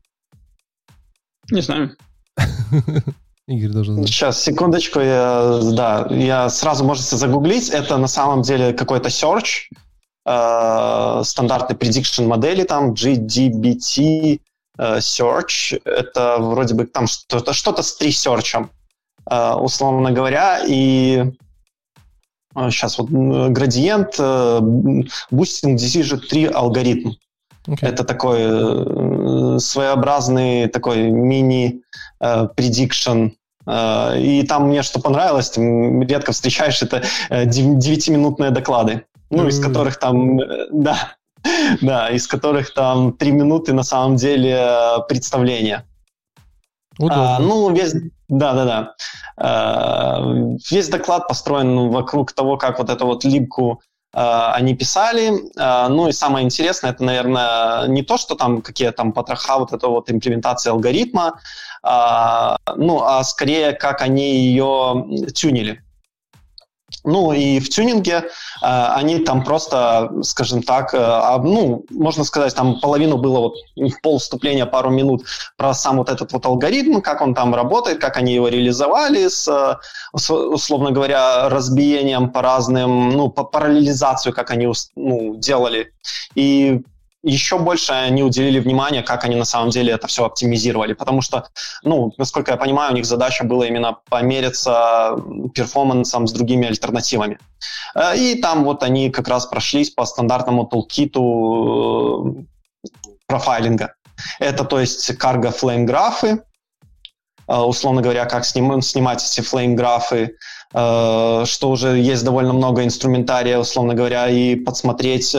Не знаю. Игорь должен знать. Сейчас, секундочку, я, да, я сразу можете загуглить. Это на самом деле какой-то search, э, стандартной prediction модели, там джи ди би ти э, search. Это вроде бы там что-то, что-то с три-серчем, э, условно говоря, и э, сейчас вот градиент, э, boosting decision tree алгоритм. Okay. Это такой э, своеобразный такой мини э, prediction. Э, и там мне что понравилось, там редко встречаешь, это э, девятиминутные доклады, ну, mm-hmm. из которых там, э, да, да, из которых там три минуты на самом деле представления. А, ну, весь, да-да-да. Э, весь доклад построен вокруг того, как вот эту вот либку они писали. Ну и самое интересное, это, наверное, не то, что там какие там потроха, вот это вот имплементация алгоритма, ну, а скорее, как они ее тюнили. Ну и в тюнинге они там просто, скажем так, ну, можно сказать, там половину было вот пол вступления, пару минут про сам вот этот вот алгоритм, как он там работает, как они его реализовали с, условно говоря, разбиением по разным, ну, по параллелизацию, как они, ну, делали. И еще больше они уделили внимание, как они на самом деле это все оптимизировали, потому что, ну, насколько я понимаю, у них задача была именно помериться перформансом с другими альтернативами. И там вот они как раз прошлись по стандартному тулкиту профайлинга. Это, то есть, cargo flame графы, условно говоря, как сним, снимать эти flame графы, что уже есть довольно много инструментария, условно говоря, и подсмотреть,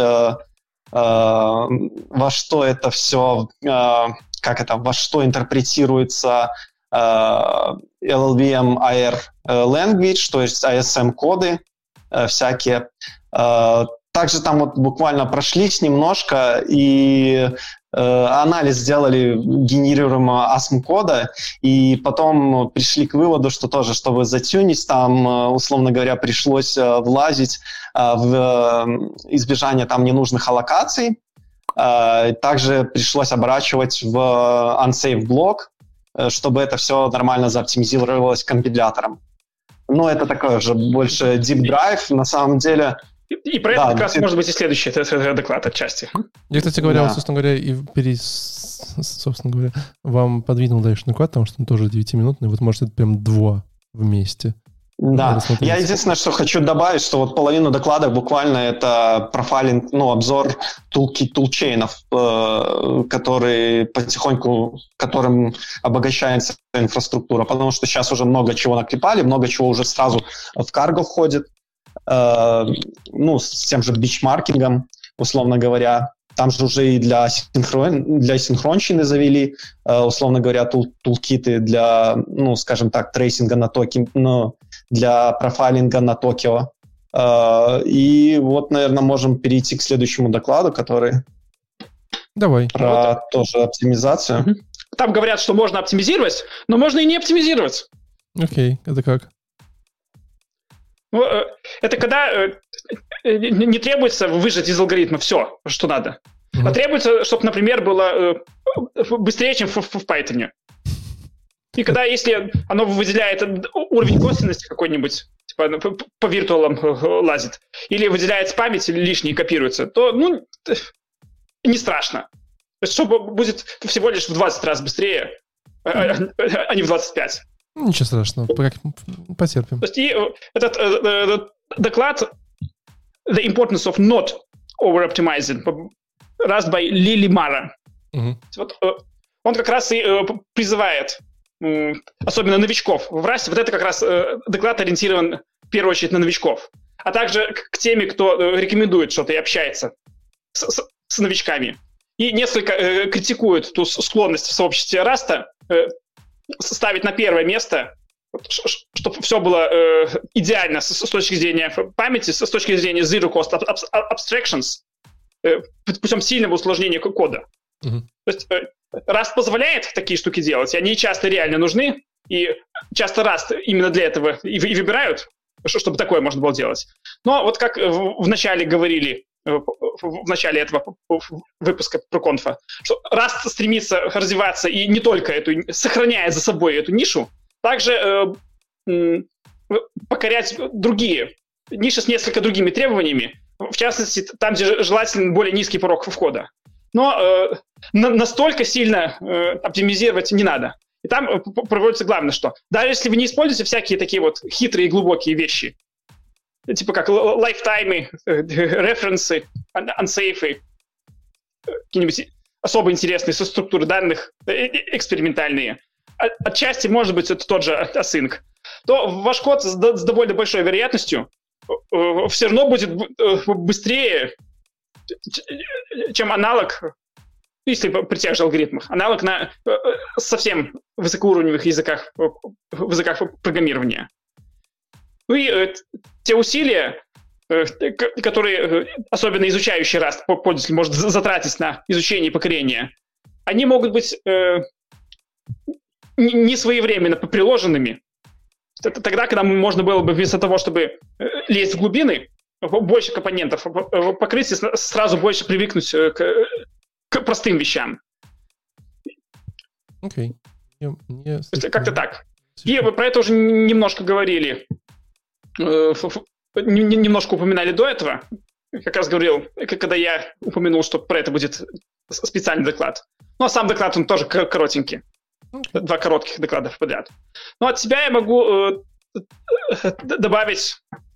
во что это все, как это, во что интерпретируется эл эл ви эм эй ар language, то есть эй эс эм-коды всякие. Также там вот буквально прошлись немножко и э, анализ сделали генерируемого эй эс эм-кода, и потом пришли к выводу, что тоже, чтобы затюнить, там, условно говоря, пришлось э, влазить э, в э, избежание там ненужных аллокаций. Э, также пришлось оборачивать в unsafe блок, э, чтобы это все нормально заоптимизировалось компилятором. Ну, это такой уже больше deep drive, на самом деле. И, и про да, это как раз ты... может быть и следующий это, это доклад отчасти. Я, кстати говоря, да. вот, собственно говоря, и перес... собственно говоря, вам подвинул дальше доклад, потому что он тоже девятиминутный, вот может это прям два вместе. Да, я единственное, что хочу добавить, что вот половину доклада буквально это профайлинг, ну, обзор тулки, тулчейнов, э, которые потихоньку, которым обогащается инфраструктура, потому что сейчас уже много чего наклепали, много чего уже сразу в карго входит. Ну, с тем же бичмаркингом, условно говоря. Там же уже и для, синхрон, для синхронщины завели, условно говоря, тул, тулкиты для, ну, скажем так, трейсинга на токен, ну, для профайлинга на Токио. И вот, наверное, можем перейти к следующему докладу, который Давай. про вот. тоже оптимизацию. Там говорят, что можно оптимизировать, но можно и не оптимизировать. Окей, это как? Это когда не требуется выжать из алгоритма все, что надо. Mm-hmm. А требуется, чтобы, например, было быстрее, чем в, в Python. И когда, если оно выделяет уровень косвенности какой-нибудь, типа по виртуалам лазит, или выделяет память лишней копируется, то, ну, не страшно. То есть, чтобы будет всего лишь в двадцать раз быстрее, mm-hmm. а не в двадцать пять. Ничего страшного, потерпим. То есть и этот, этот доклад The Importance of Not Over-Optimizing Rust by Lily Mara. Uh-huh. Вот, он как раз и призывает, особенно новичков в Rust, вот это как раз доклад ориентирован в первую очередь на новичков, а также к теме, кто рекомендует что-то и общается с, с, с новичками. И несколько критикует ту склонность в сообществе Rust ставить на первое место, чтобы все было э, идеально с, с точки зрения памяти, с, с точки зрения zero cost abstractions, э, путем сильного усложнения кода. Uh-huh. То есть э, Rust позволяет такие штуки делать, и они часто реально нужны, и часто Rust именно для этого и, и выбирают, чтобы такое можно было делать. Но вот как в, в начале говорили, в начале этого выпуска про конфа, что Rust стремится развиваться и не только эту, сохраняя за собой эту нишу, также э, э, покорять другие ниши с несколько другими требованиями, в частности, там, где желателен более низкий порог входа. Но э, на, настолько сильно э, оптимизировать не надо. И там э, проводится главное, что даже если вы не используете всякие такие вот хитрые и глубокие вещи, типа как лайфтаймы, референсы, ансейфы, какие-нибудь особо интересные со структуры данных, экспериментальные. Отчасти, может быть, это тот же async. То ваш код с довольно большой вероятностью все равно будет быстрее, чем аналог, если при тех же алгоритмах, аналог на совсем высокоуровневых языках, в языках программирования. Ну и э, те усилия, э, которые особенно изучающий Rust пользователь может затратить на изучение и покорение, они могут быть э, не своевременно приложенными. Это тогда, когда можно было бы вместо того, чтобы лезть в глубины, больше компонентов покрыть и сразу больше привыкнуть к, к простым вещам. Окей. Okay. Как-то так. И про это уже немножко говорили. Немножко упоминали до этого, как раз говорил, когда я упомянул, что про это будет специальный доклад. Ну, а сам доклад, он тоже коротенький. Okay. Два коротких доклада подряд. Ну, от себя я могу э, добавить,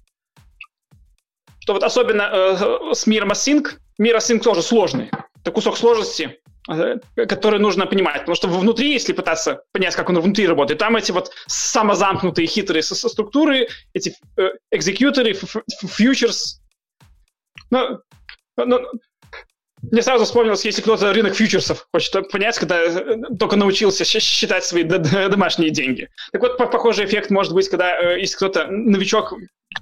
что вот особенно э, с миром Async, мир Async тоже сложный. Это кусок сложности, э, который нужно понимать. Потому что внутри, если пытаться понять, как он внутри работает, там эти вот самозамкнутые хитрые структуры, эти э, экзекьюторы, фьючерс. Ну, ну, мне сразу вспомнилось, если кто-то рынок фьючерсов хочет понять, когда только научился считать свои домашние деньги. Так вот, похожий эффект может быть, когда если кто-то, новичок,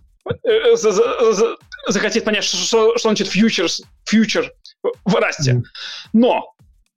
захотит понять, что, что значит фьючерс, фьючер в Rust. Но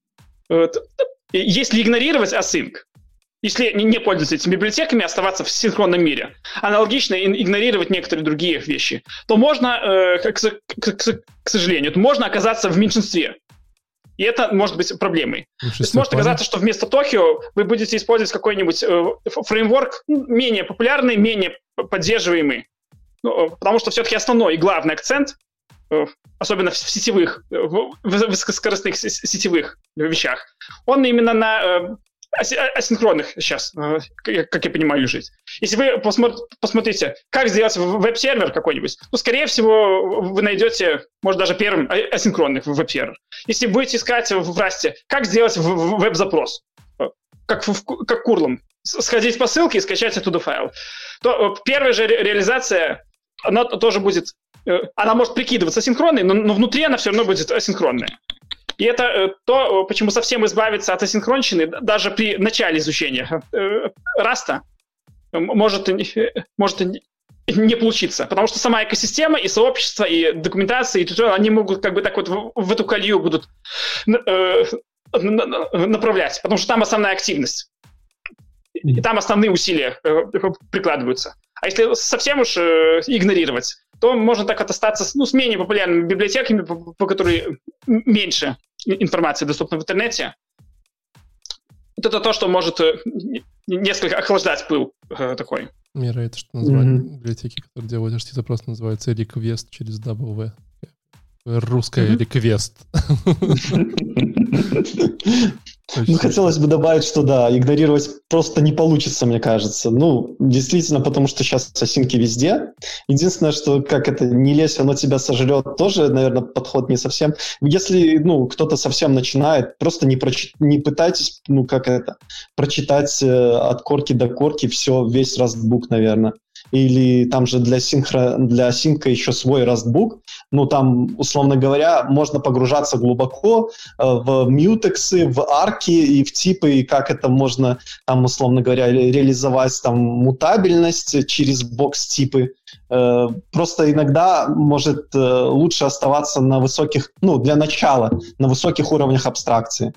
если игнорировать async, если не пользоваться этими библиотеками, оставаться в синхронном мире, аналогично игнорировать некоторые другие вещи, то можно, к, к, к, к сожалению, можно оказаться в меньшинстве. И это может быть проблемой. То есть может оказаться, что вместо Tokio вы будете использовать какой-нибудь фреймворк менее популярный, менее поддерживаемый. Ну, потому что все-таки основной и главный акцент, особенно в сетевых, в высокоскоростных сетевых вещах, он именно на асинхронных сейчас, как я понимаю, лежит. Если вы посмотрите, как сделать веб-сервер какой-нибудь, то, скорее всего, вы найдете, может, даже первым асинхронный веб-сервер. Если будете искать в Rust, как сделать веб-запрос, как, как курлом, сходить по ссылке и скачать оттуда файл, то первая же реализация, она тоже будет, она может прикидываться синхронной, но, но внутри она все равно будет асинхронная. И это то, почему совсем избавиться от асинхронщины даже при начале изучения Rust может, может не получиться. Потому что сама экосистема и сообщество, и документация, и туториалы, они могут как бы так вот в, в эту колею будут э, направлять. Потому что там основная активность. И там основные усилия э, прикладываются. А если совсем уж э, игнорировать, то можно так вот остаться ну, с менее популярными библиотеками, по, по которым меньше информации доступна в интернете. Вот это то, что может несколько охлаждать пыл э, такой. Мира, это что называют mm-hmm. библиотеки, которые делают эйч ти ти ти, просто называется request через W. Русская mm-hmm. request. Ну, хотелось бы добавить, что да, игнорировать просто не получится, мне кажется. Ну, действительно, потому что сейчас осинки везде. Единственное, что как это, не лезь, оно тебя сожрет, тоже, наверное, подход не совсем. Если, ну, кто-то совсем начинает, просто не, прочит... не пытайтесь, ну, как это, прочитать э, от корки до корки все, весь растбук, наверное. Или там же для синхро... для синка еще свой растбук. Ну, там, условно говоря, можно погружаться глубоко э, в мьютексы, в арки и в типы, и как это можно, там, условно говоря, реализовать там мутабельность через бокс-типы. Э, просто иногда может э, лучше оставаться на высоких, ну, для начала, на высоких уровнях абстракции.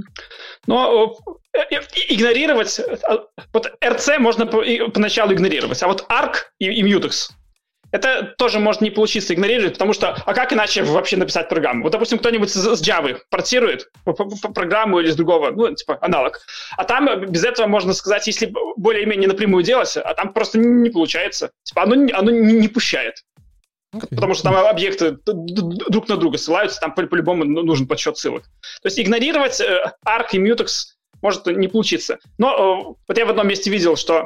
Но игнорировать, вот эр си можно поначалу игнорировать, а вот арк и, и Mutex, это тоже может не получиться игнорировать, потому что, а как иначе вообще написать программу? Вот, допустим, кто-нибудь с Java портирует программу или с другого, ну, типа, аналог, а там без этого можно сказать, если более-менее напрямую делать, а там просто не получается. Типа, оно, оно не пущает. Okay. Потому что там объекты друг на друга ссылаются, там по-любому нужен подсчет ссылок. То есть игнорировать Arc и Mutex может не получиться. Но вот я в одном месте видел, что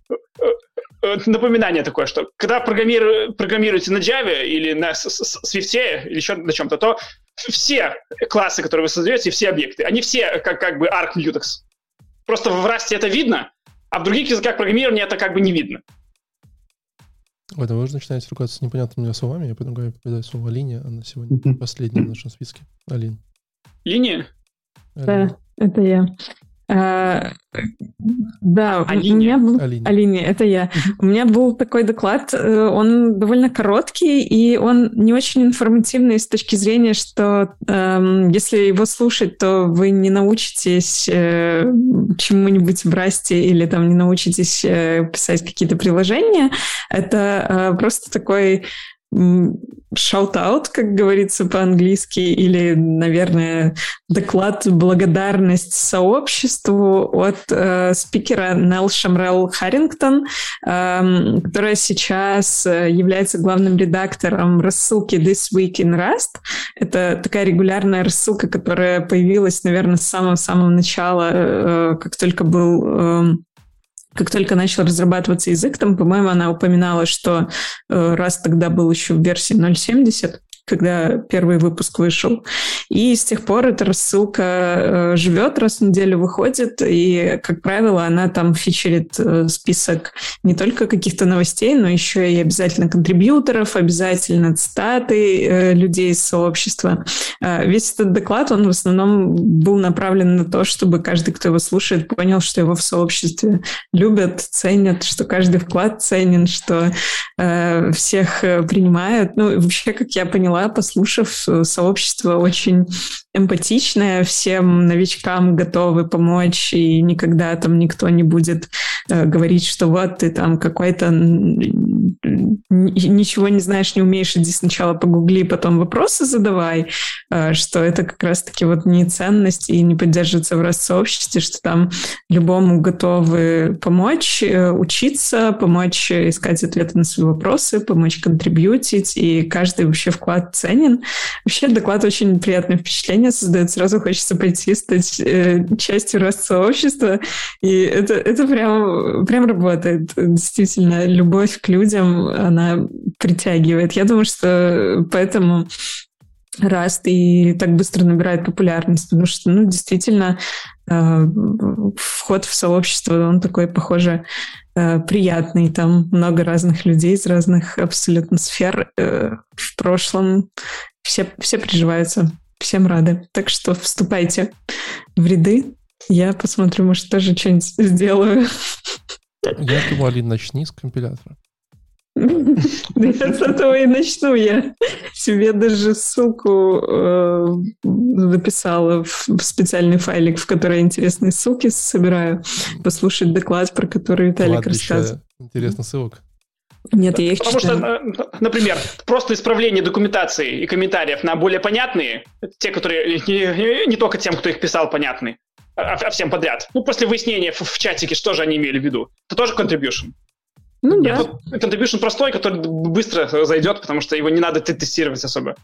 напоминание такое, что когда программиру, программируете на Java или на Swift или еще на чем-то, то все классы, которые вы создаете, все объекты, они все как, как бы Arc Mutex. Просто в Rust это видно, а в других языках программирования это как бы не видно. Ой, да вы уже начинаете ругаться с непонятными словами. Я предлагаю передать слово Алине. Она сегодня последняя в нашем списке. Алин. Линия? Да, это я. А, да, Алине. у меня был... Алине. Алине, это я. У меня был такой доклад, он довольно короткий, и он не очень информативный с точки зрения, что э, если его слушать, то вы не научитесь э, чему-нибудь в Rust или там не научитесь э, писать какие-то приложения. Это э, просто такой шаут-аут, как говорится по-английски, или, наверное, доклад благодарность сообществу от э, спикера Нелл Шамрелл Харрингтон, э, которая сейчас является главным редактором рассылки This Week in Rust. Это такая регулярная рассылка, которая появилась, наверное, с самого-самого начала, э, как только был... Э, Как только начал разрабатываться язык, там, по-моему, она упоминала, что э, раз тогда был еще в версии ноль семьдесят, когда первый выпуск вышел. И с тех пор эта рассылка э, живет, раз в неделю выходит, и, как правило, она там фичерит э, список не только каких-то новостей, но еще и обязательно контрибьюторов, обязательно цитаты э, людей из сообщества. Э, весь этот доклад, он в основном был направлен на то, чтобы каждый, кто его слушает, понял, что его в сообществе любят, ценят, что каждый вклад ценен, что э, всех принимают. Ну, вообще, как я поняла, послушав, сообщество очень эмпатичное, всем новичкам готовы помочь, и никогда там никто не будет э, говорить, что вот ты там какой-то ничего не знаешь, не умеешь, иди сначала погугли, потом вопросы задавай, э, что это как раз-таки вот не ценность и не поддерживается в Rust-сообществе, что там любому готовы помочь, э, учиться, помочь искать ответы на свои вопросы, помочь контрибьютить, и каждый вообще вклад ценен. Вообще доклад очень приятное впечатление создает, сразу хочется пойти стать э, частью Rust-сообщества, и это, это прям, прям работает. Действительно, любовь к людям, она притягивает. Я думаю, что поэтому Rust и так быстро набирает популярность, потому что, ну, действительно, э, вход в сообщество, он такой, похоже, э, приятный. Там много разных людей из разных абсолютно сфер. Э, в прошлом все, все приживаются. Всем рады. Так что вступайте в ряды. Я посмотрю, может, тоже что-нибудь сделаю. Я думаю, Алин, начни с компилятора. Да я с этого и начну. Я себе даже ссылку э, записала в специальный файлик, в который интересные ссылки собираю, послушать доклад, про который Виталик рассказывал. Интересно, ссылок. Нет, я их Потому читаю. что, например, просто исправление документации и комментариев на более понятные, те, которые не, не только тем, кто их писал, понятны, а, а всем подряд. Ну, после выяснения в, в чатике, что же они имели в виду, это тоже contribution. Ну Нет, да. тут contribution простой, который быстро зайдет, потому что его не надо тестировать особо.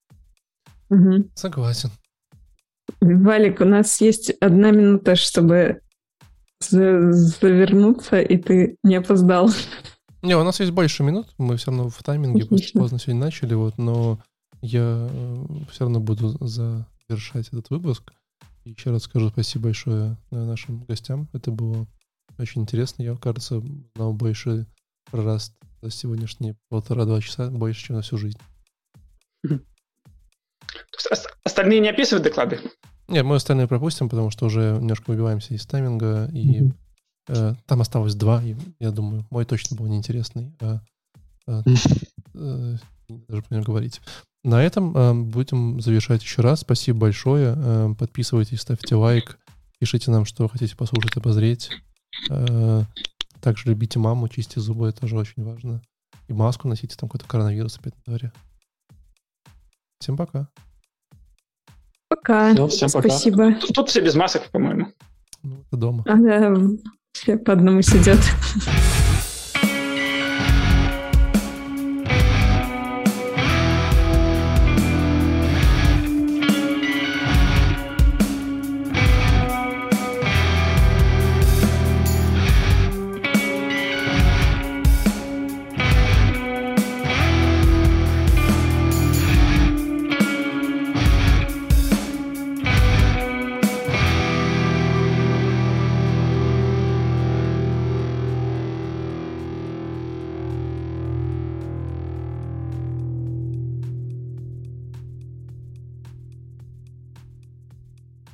Угу. Согласен. Валик, у нас есть одна минута, чтобы за- завернуться, и ты не опоздал. Не, у нас есть больше минут, мы все равно в тайминге, просто Отлично. поздно сегодня начали, вот, но я э, все равно буду завершать этот выпуск. И еще раз скажу спасибо большое э, нашим гостям. Это было очень интересно. Я, кажется, знал больше про Rust за сегодняшние полтора-два часа, больше, чем на всю жизнь. Остальные не описывают доклады? Не, мы остальные пропустим, потому что уже немножко выбиваемся из тайминга, и Мгм. э, там осталось два, и я думаю, мой точно был неинтересный. А, а, э, даже про него говорить. На этом э, будем завершать еще раз. Спасибо большое. Э, подписывайтесь, ставьте лайк, пишите нам, что хотите послушать, обозреть. Э, также любите маму, чистите зубы, это тоже очень важно. И маску носите, там какой-то коронавирус опять на дворе. Всем пока. Пока. Всё, всем пока. Спасибо. Тут, тут все без масок, по-моему. Ну, это дома. А, да, все по одному сидят.